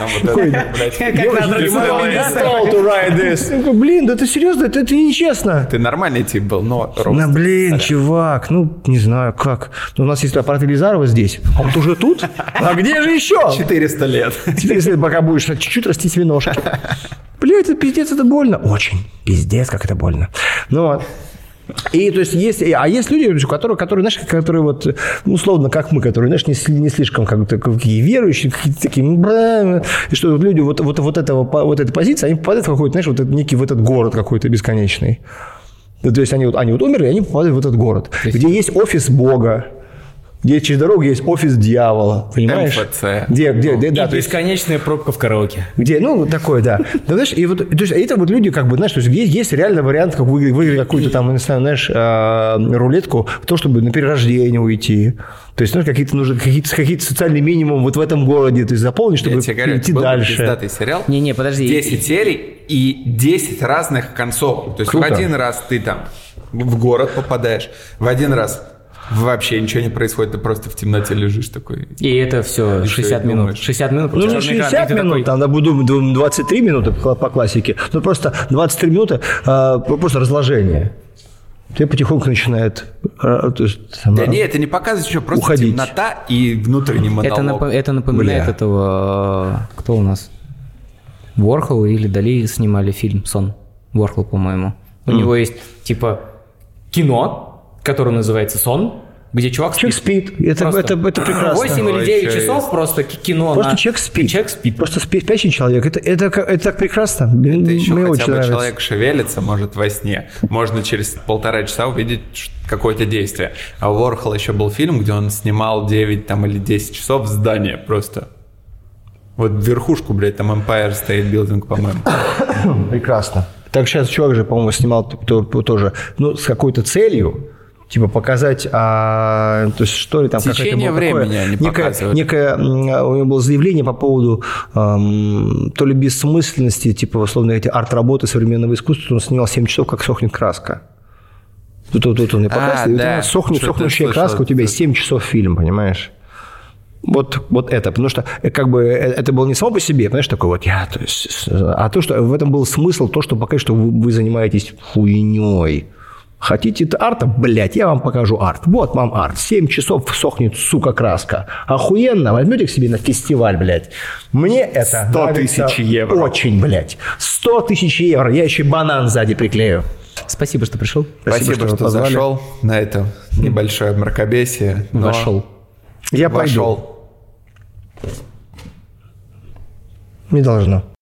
Блин, да ты серьезно, это нечестно. Ты нормальный тип был, но... Ну, блин, чувак, ну, не знаю, как. Но у нас есть аппарат Елизарова здесь. А вот уже тут? А где же еще? четыреста лет. четыреста лет, пока будешь чуть-чуть расти себе ножки. Блядь, это пиздец, это больно. Очень. Пиздец, как это больно. Ну вот. И, то есть, есть, а есть люди, которые, которые, знаешь, которые вот, ну, условно, как мы, которые, знаешь, не, не слишком как-то какие верующие, какие-то такие, бра, и что вот люди вот, вот, вот, этого, вот этой позиции, они попадают в какой-то, знаешь, вот этот, некий в этот город какой-то бесконечный. То есть они вот, они вот умерли, и они попадают в этот город, есть... где есть офис Бога, где через дорогу есть офис дьявола, понимаешь? эм эф цэ. Где, где, где, и да, бесконечная есть, пробка в караоке. Где, ну, такое, да. Ты знаешь, и вот, то есть это вот люди, как бы, знаешь, то есть есть, есть реально вариант, как выиграть, выиграть какую-то там, не знаю, знаешь, рулетку, то, чтобы на перерождение уйти. То есть, ну, какие-то нужны какие-то, какие-то социальные минимумы вот в этом городе, то есть заполнить, чтобы я тебе говорю, идти был дальше. Пиздатый сериал. Не-не, подожди. десять серий и десять разных концов. То есть Круто. В один раз ты там в город попадаешь, в один раз вообще ничего не происходит, ты просто в темноте лежишь такой. И это все и шестьдесят все, минут. думаешь. шестьдесят минут. Ну, не шестьдесят минут, там, да, буду двадцать три минуты по, по классике, но просто двадцать три минуты а, просто разложение. Тебе потихоньку начинает... А, то есть, там, да нет, это не показывает еще, просто уходить. темнота и внутренний монолог. Это, нап- это напоминает Бля. этого... Кто у нас? Уорхол или Дали снимали фильм «Сон». Уорхол, по-моему. У mm. него есть, типа, кино, которое называется «Сон», где чувак спит. Человек спит. Это, это, это прекрасно. восемь или девять часов просто кино. Просто на... человек спит. Человек спит. Просто спящий человек. Это, это, это, это так прекрасно. Это Мне еще очень хотя бы нравится. Человек шевелится, может, во сне. Можно через полтора часа увидеть какое-то действие. А у Уорхола еще был фильм, где он снимал девять там, или десять часов здание просто. Вот верхушку, блядь, там Empire State Building, по-моему. Прекрасно. Так сейчас чувак же, по-моему, снимал тоже, ну, с какой-то целью, типа показать, а, то есть что ли там... Течение времени они показывают. Некое, у него было заявление по поводу эм, то ли бессмысленности, типа, условно, эти арт-работы современного искусства, он снимал семь часов, как сохнет краска. Тут, тут, тут он и показывает, а, да. сохнет, сохнущая краска, у тебя семь часов фильм, понимаешь? Вот, вот это, потому что как бы это было не само по себе, понимаешь, такой вот я, то есть, а то, что в этом был смысл, то, что показать, что вы, вы занимаетесь хуйней. Хотите арта? Блядь, я вам покажу арт. Вот вам арт. Семь часов сохнет, сука, краска. Охуенно. Возьмете к себе на фестиваль, блядь. Мне это сто тысяч евро. Очень, блядь. сто тысяч евро. Я еще банан сзади приклею. Спасибо, что пришел. Спасибо, Спасибо что, что зашел на это небольшое мракобесие. Вошел. Я Вошел. пойду. Не должно.